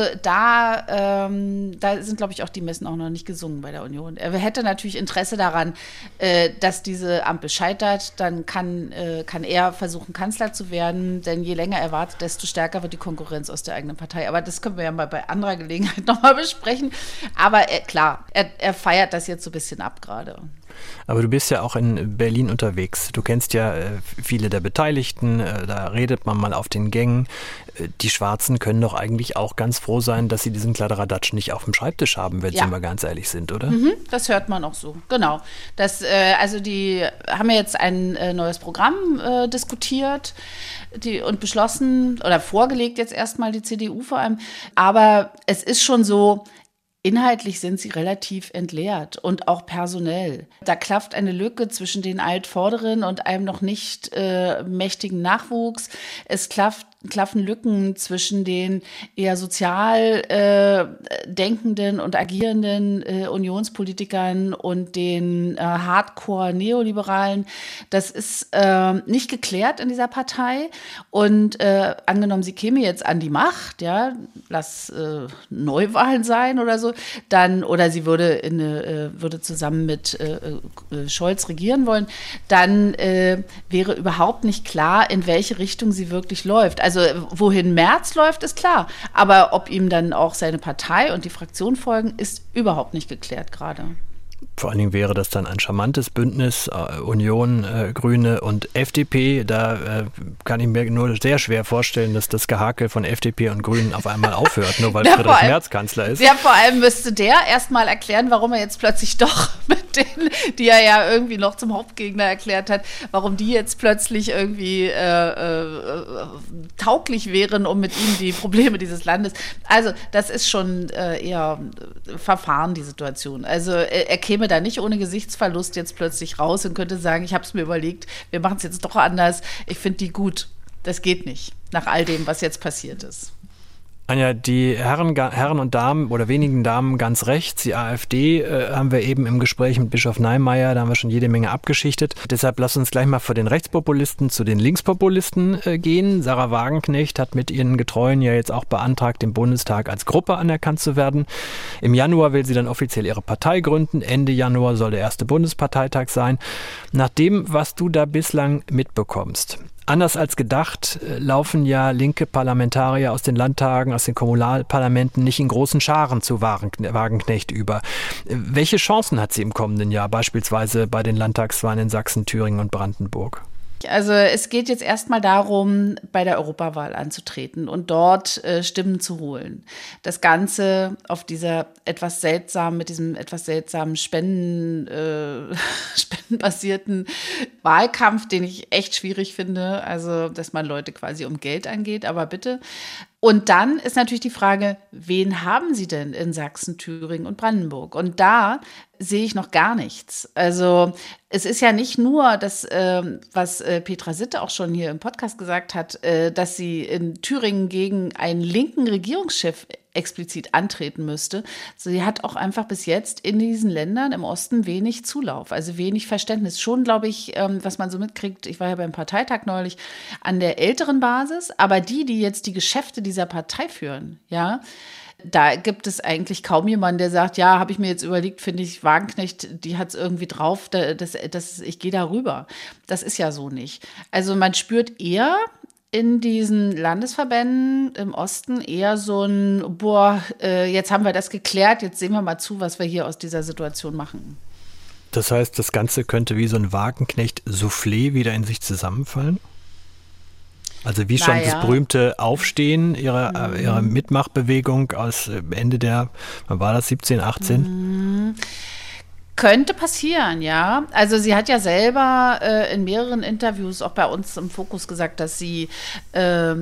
da, ähm, da sind, glaube ich, auch die Messen auch noch nicht gesungen bei der Union. Er hätte natürlich Interesse daran, äh, dass diese Ampel scheitert, dann kann, äh, kann er versuchen, Kanzler zu werden, denn je länger er wartet, desto stärker wird die Konkurrenz aus der eigenen Partei. Aber das können wir ja mal bei anderer Gelegenheit nochmal besprechen. Aber er, klar, er, er feiert das jetzt so ein bisschen ab gerade. Aber du bist ja auch in Berlin unterwegs. Du kennst ja äh, viele der Beteiligten, äh, da redet man mal auf den Gängen. Äh, die Schwarzen können doch eigentlich auch ganz froh sein, dass sie diesen Kladderadatsch nicht auf dem Schreibtisch haben, wenn ja. sie mal ganz ehrlich sind, oder? Mhm, das hört man auch so, genau. Das, äh, also die haben ja jetzt ein äh, neues Programm äh, diskutiert die, und beschlossen, oder vorgelegt jetzt erstmal die C D U vor allem. Aber es ist schon so, inhaltlich sind sie relativ entleert und auch personell. Da klafft eine Lücke zwischen den Altvorderen und einem noch nicht äh, mächtigen Nachwuchs. Es klafft klaffen Lücken zwischen den eher sozial äh, denkenden und agierenden äh, Unionspolitikern und den äh, Hardcore-Neoliberalen. Das ist äh, nicht geklärt in dieser Partei. Und äh, angenommen, sie käme jetzt an die Macht, ja, lass äh, Neuwahlen sein oder so, dann, oder sie würde, in eine, äh, würde zusammen mit äh, äh, Scholz regieren wollen, dann äh, wäre überhaupt nicht klar, in welche Richtung sie wirklich läuft. Also Also wohin Merz läuft, ist klar. Aber ob ihm dann auch seine Partei und die Fraktion folgen, ist überhaupt nicht geklärt gerade. Vor allen Dingen wäre das dann ein charmantes Bündnis, äh, Union, äh, Grüne und F D P. Da äh, kann ich mir nur sehr schwer vorstellen, dass das Gehakel von F D P und Grünen auf einmal aufhört, nur weil ja, Friedrich allem, Merz Kanzler ist. Ja, vor allem müsste der erstmal erklären, warum er jetzt plötzlich doch mit denen, die er ja irgendwie noch zum Hauptgegner erklärt hat, warum die jetzt plötzlich irgendwie äh, äh, tauglich wären, um mit ihm die Probleme dieses Landes. Also das ist schon äh, eher verfahren, die Situation. Also er, er käme da nicht ohne Gesichtsverlust jetzt plötzlich raus und könnte sagen, ich habe es mir überlegt, wir machen es jetzt doch anders, ich finde die gut. Das geht nicht, nach all dem, was jetzt passiert ist. Anja, die Herren, Herren und Damen oder wenigen Damen ganz rechts, die AfD, äh, haben wir eben im Gespräch mit Bischof Neimeyer, da haben wir schon jede Menge abgeschichtet. Deshalb lass uns gleich mal von den Rechtspopulisten zu den Linkspopulisten äh, gehen. Sarah Wagenknecht hat mit ihren Getreuen ja jetzt auch beantragt, im Bundestag als Gruppe anerkannt zu werden. Im Januar will sie dann offiziell ihre Partei gründen. Ende Januar soll der erste Bundesparteitag sein. Nach dem, was du da bislang mitbekommst, anders als gedacht laufen ja linke Parlamentarier aus den Landtagen, aus den Kommunalparlamenten nicht in großen Scharen zu Wagenknecht über. Welche Chancen hat sie im kommenden Jahr, beispielsweise bei den Landtagswahlen in Sachsen, Thüringen und Brandenburg? Also es geht jetzt erstmal darum, bei der Europawahl anzutreten und dort äh, Stimmen zu holen. Das Ganze auf dieser etwas seltsamen, mit diesem etwas seltsamen Spenden, äh, spendenbasierten Wahlkampf, den ich echt schwierig finde. Also, dass man Leute quasi um Geld angeht, aber bitte. Und dann ist natürlich die Frage, wen haben sie denn in Sachsen, Thüringen und Brandenburg? Und da sehe ich noch gar nichts. Also es ist ja nicht nur das, äh, was äh, Petra Sitte auch schon hier im Podcast gesagt hat, äh, dass sie in Thüringen gegen einen linken Regierungschef explizit antreten müsste. Sie hat auch einfach bis jetzt in diesen Ländern im Osten wenig Zulauf, also wenig Verständnis. Schon, glaube ich, ähm, was man so mitkriegt, ich war ja beim Parteitag neulich, an der älteren Basis, aber die, die jetzt die Geschäfte dieser Partei führen, ja, da gibt es eigentlich kaum jemanden, der sagt, ja, habe ich mir jetzt überlegt, finde ich, Wagenknecht, die hat es irgendwie drauf, das, das, ich gehe da rüber. Das ist ja so nicht. Also man spürt eher in diesen Landesverbänden im Osten eher so ein, boah, äh, jetzt haben wir das geklärt, jetzt sehen wir mal zu, was wir hier aus dieser Situation machen. Das heißt, das Ganze könnte wie so ein Wagenknecht-Soufflé wieder in sich zusammenfallen? Also wie schon naja. das berühmte Aufstehen ihrer, mhm. ihrer Mitmachbewegung aus Ende der, wann war das, siebzehn, achtzehn? Mhm. Könnte passieren, ja. Also sie hat ja selber äh, in mehreren Interviews auch bei uns im Fokus gesagt, dass sie äh,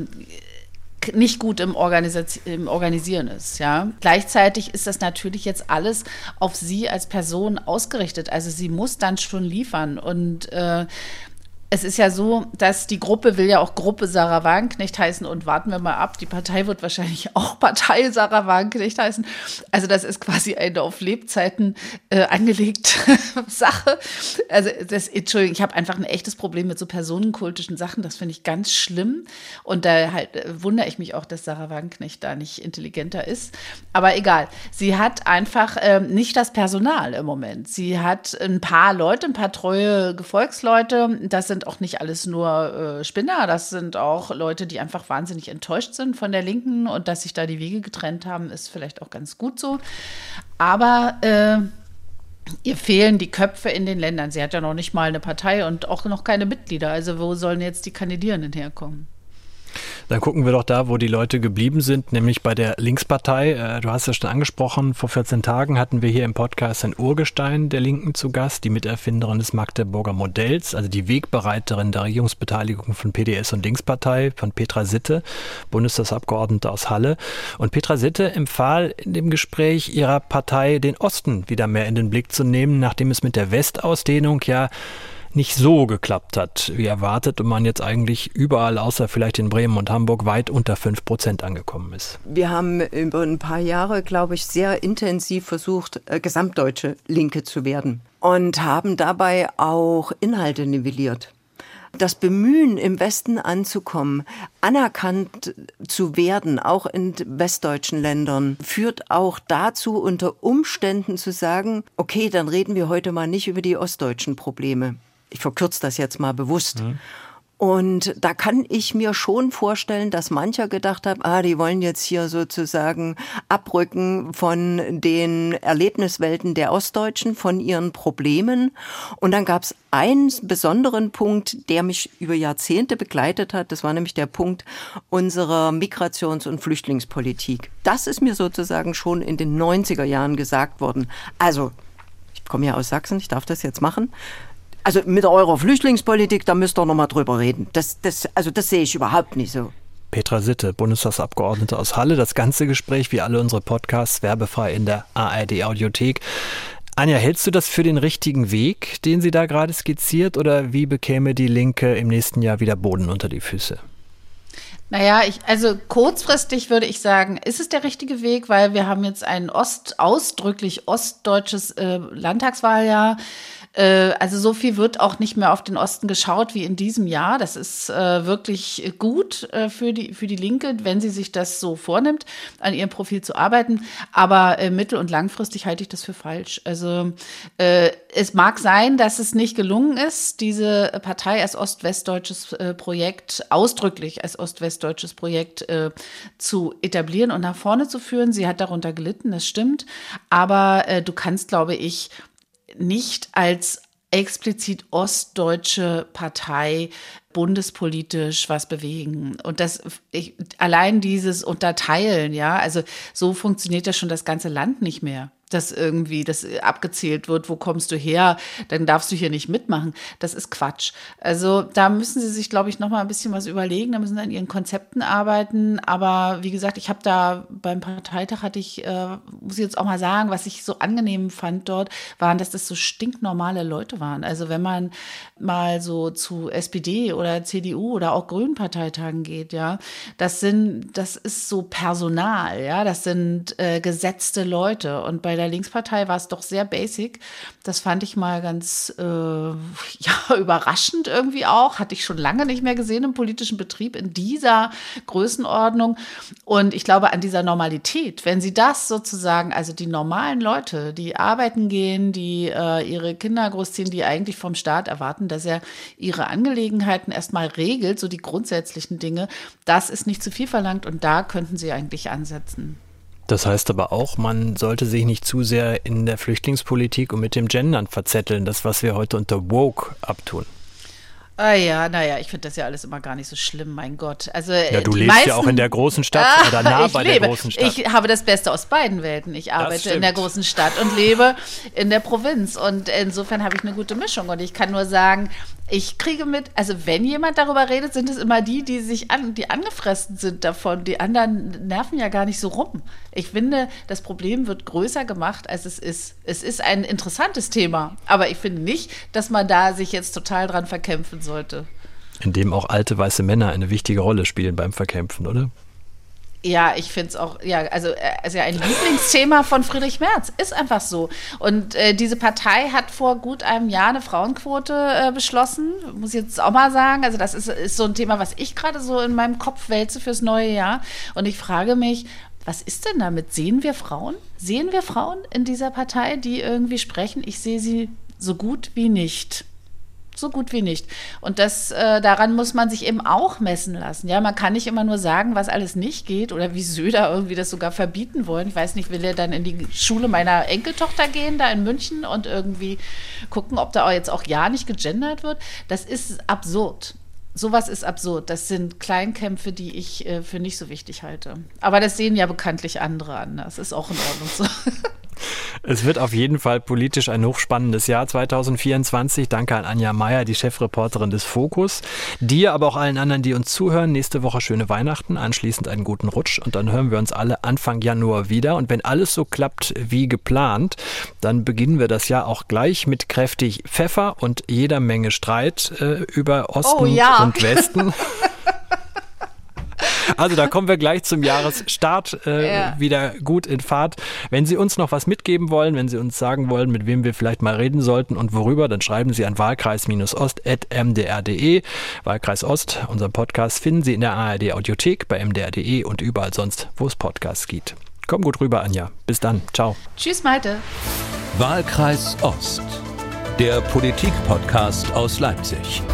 nicht gut im, Organisi- im Organisieren ist, ja. Gleichzeitig ist das natürlich jetzt alles auf sie als Person ausgerichtet. Also sie muss dann schon liefern und äh, es ist ja so, dass die Gruppe will ja auch Gruppe Sarah Wagenknecht heißen und warten wir mal ab, die Partei wird wahrscheinlich auch Partei Sarah Wagenknecht heißen. Also das ist quasi eine auf Lebzeiten äh, angelegte Sache. Also das, Entschuldigung, ich habe einfach ein echtes Problem mit so personenkultischen Sachen, das finde ich ganz schlimm und da halt äh, wundere ich mich auch, dass Sarah Wagenknecht da nicht intelligenter ist. Aber egal, sie hat einfach äh, nicht das Personal im Moment. Sie hat ein paar Leute, ein paar treue Gefolgsleute, das sind auch nicht alles nur äh, Spinner, das sind auch Leute, die einfach wahnsinnig enttäuscht sind von der Linken und dass sich da die Wege getrennt haben, ist vielleicht auch ganz gut so. Aber äh, ihr fehlen die Köpfe in den Ländern. Sie hat ja noch nicht mal eine Partei und auch noch keine Mitglieder. Also wo sollen jetzt die Kandidierenden herkommen? Dann gucken wir doch da, wo die Leute geblieben sind, nämlich bei der Linkspartei. Du hast es schon angesprochen, vor vierzehn Tagen hatten wir hier im Podcast ein Urgestein der Linken zu Gast, die Miterfinderin des Magdeburger Modells, also die Wegbereiterin der Regierungsbeteiligung von P D S und Linkspartei, von Petra Sitte, Bundestagsabgeordnete aus Halle. Und Petra Sitte empfahl in dem Gespräch ihrer Partei, den Osten wieder mehr in den Blick zu nehmen, nachdem es mit der Westausdehnung ja nicht so geklappt hat, wie erwartet, und man jetzt eigentlich überall, außer vielleicht in Bremen und Hamburg, weit unter fünf Prozent angekommen ist. Wir haben über ein paar Jahre, glaube ich, sehr intensiv versucht, äh, gesamtdeutsche Linke zu werden und haben dabei auch Inhalte nivelliert. Das Bemühen, im Westen anzukommen, anerkannt zu werden, auch in westdeutschen Ländern, führt auch dazu, unter Umständen zu sagen, okay, dann reden wir heute mal nicht über die ostdeutschen Probleme. Ich verkürze das jetzt mal bewusst. Mhm. Und da kann ich mir schon vorstellen, dass mancher gedacht hat, ah, die wollen jetzt hier sozusagen abrücken von den Erlebniswelten der Ostdeutschen, von ihren Problemen. Und dann gab es einen besonderen Punkt, der mich über Jahrzehnte begleitet hat. Das war nämlich der Punkt unserer Migrations- und Flüchtlingspolitik. Das ist mir sozusagen schon in den neunziger Jahren gesagt worden. Also, ich komme ja aus Sachsen, ich darf das jetzt machen. Also mit eurer Flüchtlingspolitik, da müsst ihr noch mal drüber reden. Das, das, also das sehe ich überhaupt nicht so. Petra Sitte, Bundestagsabgeordnete aus Halle. Das ganze Gespräch, wie alle unsere Podcasts, werbefrei in der A R D-Audiothek. Anja, hältst du das für den richtigen Weg, den sie da gerade skizziert? Oder wie bekäme die Linke im nächsten Jahr wieder Boden unter die Füße? Naja, ich, also kurzfristig würde ich sagen, ist es der richtige Weg, weil wir haben jetzt ein Ost, ausdrücklich ostdeutsches äh, Landtagswahljahr. Also so viel wird auch nicht mehr auf den Osten geschaut wie in diesem Jahr. Das ist äh, wirklich gut äh, für die, für die Linke, wenn sie sich das so vornimmt, an ihrem Profil zu arbeiten. Aber äh, mittel- und langfristig halte ich das für falsch. Also äh, es mag sein, dass es nicht gelungen ist, diese Partei als ost-westdeutsches äh, Projekt, ausdrücklich als ost-westdeutsches Projekt äh, zu etablieren und nach vorne zu führen. Sie hat darunter gelitten, das stimmt. Aber äh, du kannst, glaube ich, nicht als explizit ostdeutsche Partei bundespolitisch was bewegen. Und das, ich, allein dieses Unterteilen, ja, also so funktioniert ja schon das ganze Land nicht mehr. Dass irgendwie das abgezählt wird, wo kommst du her, dann darfst du hier nicht mitmachen. Das ist Quatsch. Also da müssen sie sich, glaube ich, noch mal ein bisschen was überlegen, da müssen sie an ihren Konzepten arbeiten. Aber wie gesagt, ich habe da beim Parteitag hatte ich, äh, muss ich jetzt auch mal sagen, was ich so angenehm fand dort, waren, dass das so stinknormale Leute waren. Also wenn man mal so zu S P D oder oder C D U oder auch Grünen-Parteitagen geht, ja, das sind, das ist so Personal, ja, das sind äh, gesetzte Leute. Und bei der Linkspartei war es doch sehr basic. Das fand ich mal ganz äh, ja, überraschend irgendwie auch. Hatte ich schon lange nicht mehr gesehen im politischen Betrieb in dieser Größenordnung. Und ich glaube an dieser Normalität, wenn sie das sozusagen, also die normalen Leute, die arbeiten gehen, die äh, ihre Kinder großziehen, die eigentlich vom Staat erwarten, dass er ihre Angelegenheiten erstmal regelt, so die grundsätzlichen Dinge, das ist nicht zu viel verlangt und da könnten sie eigentlich ansetzen. Das heißt aber auch, man sollte sich nicht zu sehr in der Flüchtlingspolitik und mit dem Gendern verzetteln, das, was wir heute unter woke abtun. Ah ja, naja, ich finde das ja alles immer gar nicht so schlimm, mein Gott. Also, ja, du die lebst meisten, ja auch in der großen Stadt ah, oder nah bei lebe. der großen Stadt. Ich habe das Beste aus beiden Welten. Ich arbeite in der großen Stadt und lebe in der Provinz. Und insofern habe ich eine gute Mischung. Und ich kann nur sagen, ich kriege mit, also wenn jemand darüber redet, sind es immer die, die sich an, die angefressen sind davon. Die anderen nerven ja gar nicht so rum. Ich finde, das Problem wird größer gemacht, als es ist. Es ist ein interessantes Thema, aber ich finde nicht, dass man da sich jetzt total dran verkämpfen sollte. In dem auch alte weiße Männer eine wichtige Rolle spielen beim Verkämpfen, oder? Ja, ich finde es auch, ja, also, also ein Lieblingsthema von Friedrich Merz, ist einfach so. Und äh, diese Partei hat vor gut einem Jahr eine Frauenquote äh, beschlossen, muss ich jetzt auch mal sagen. Also das ist, ist so ein Thema, was ich gerade so in meinem Kopf wälze fürs neue Jahr. Und ich frage mich, was ist denn damit? Sehen wir Frauen? Sehen wir Frauen in dieser Partei, die irgendwie sprechen? Ich sehe sie so gut wie nicht. So gut wie nicht. Und das, äh, daran muss man sich eben auch messen lassen. Ja, man kann nicht immer nur sagen, was alles nicht geht oder wie Söder irgendwie das sogar verbieten wollen. Ich weiß nicht, will er dann in die Schule meiner Enkeltochter gehen, da in München und irgendwie gucken, ob da auch jetzt auch ja nicht gegendert wird? Das ist absurd. Sowas ist absurd. Das sind Kleinkämpfe, die ich äh, für nicht so wichtig halte. Aber das sehen ja bekanntlich andere anders. Ist auch in Ordnung so. Es wird auf jeden Fall politisch ein hochspannendes Jahr zwanzig vierundzwanzig. Danke an Anja Meier, die Chefreporterin des Fokus. Dir, aber auch allen anderen, die uns zuhören, nächste Woche schöne Weihnachten, anschließend einen guten Rutsch und dann hören wir uns alle Anfang Januar wieder. Und wenn alles so klappt wie geplant, dann beginnen wir das Jahr auch gleich mit kräftig Pfeffer und jeder Menge Streit äh, über Osten oh, ja. und Westen. Also da kommen wir gleich zum Jahresstart äh, ja. wieder gut in Fahrt. Wenn Sie uns noch was mitgeben wollen, wenn Sie uns sagen wollen, mit wem wir vielleicht mal reden sollten und worüber, dann schreiben Sie an wahlkreis ost at m d r punkt d e. Wahlkreis Ost, unseren Podcast finden Sie in der A R D Audiothek, bei m d r punkt d e und überall sonst, wo es Podcasts gibt. Komm gut rüber, Anja. Bis dann. Ciao. Tschüss, Malte. Wahlkreis Ost, der Politik-Podcast aus Leipzig.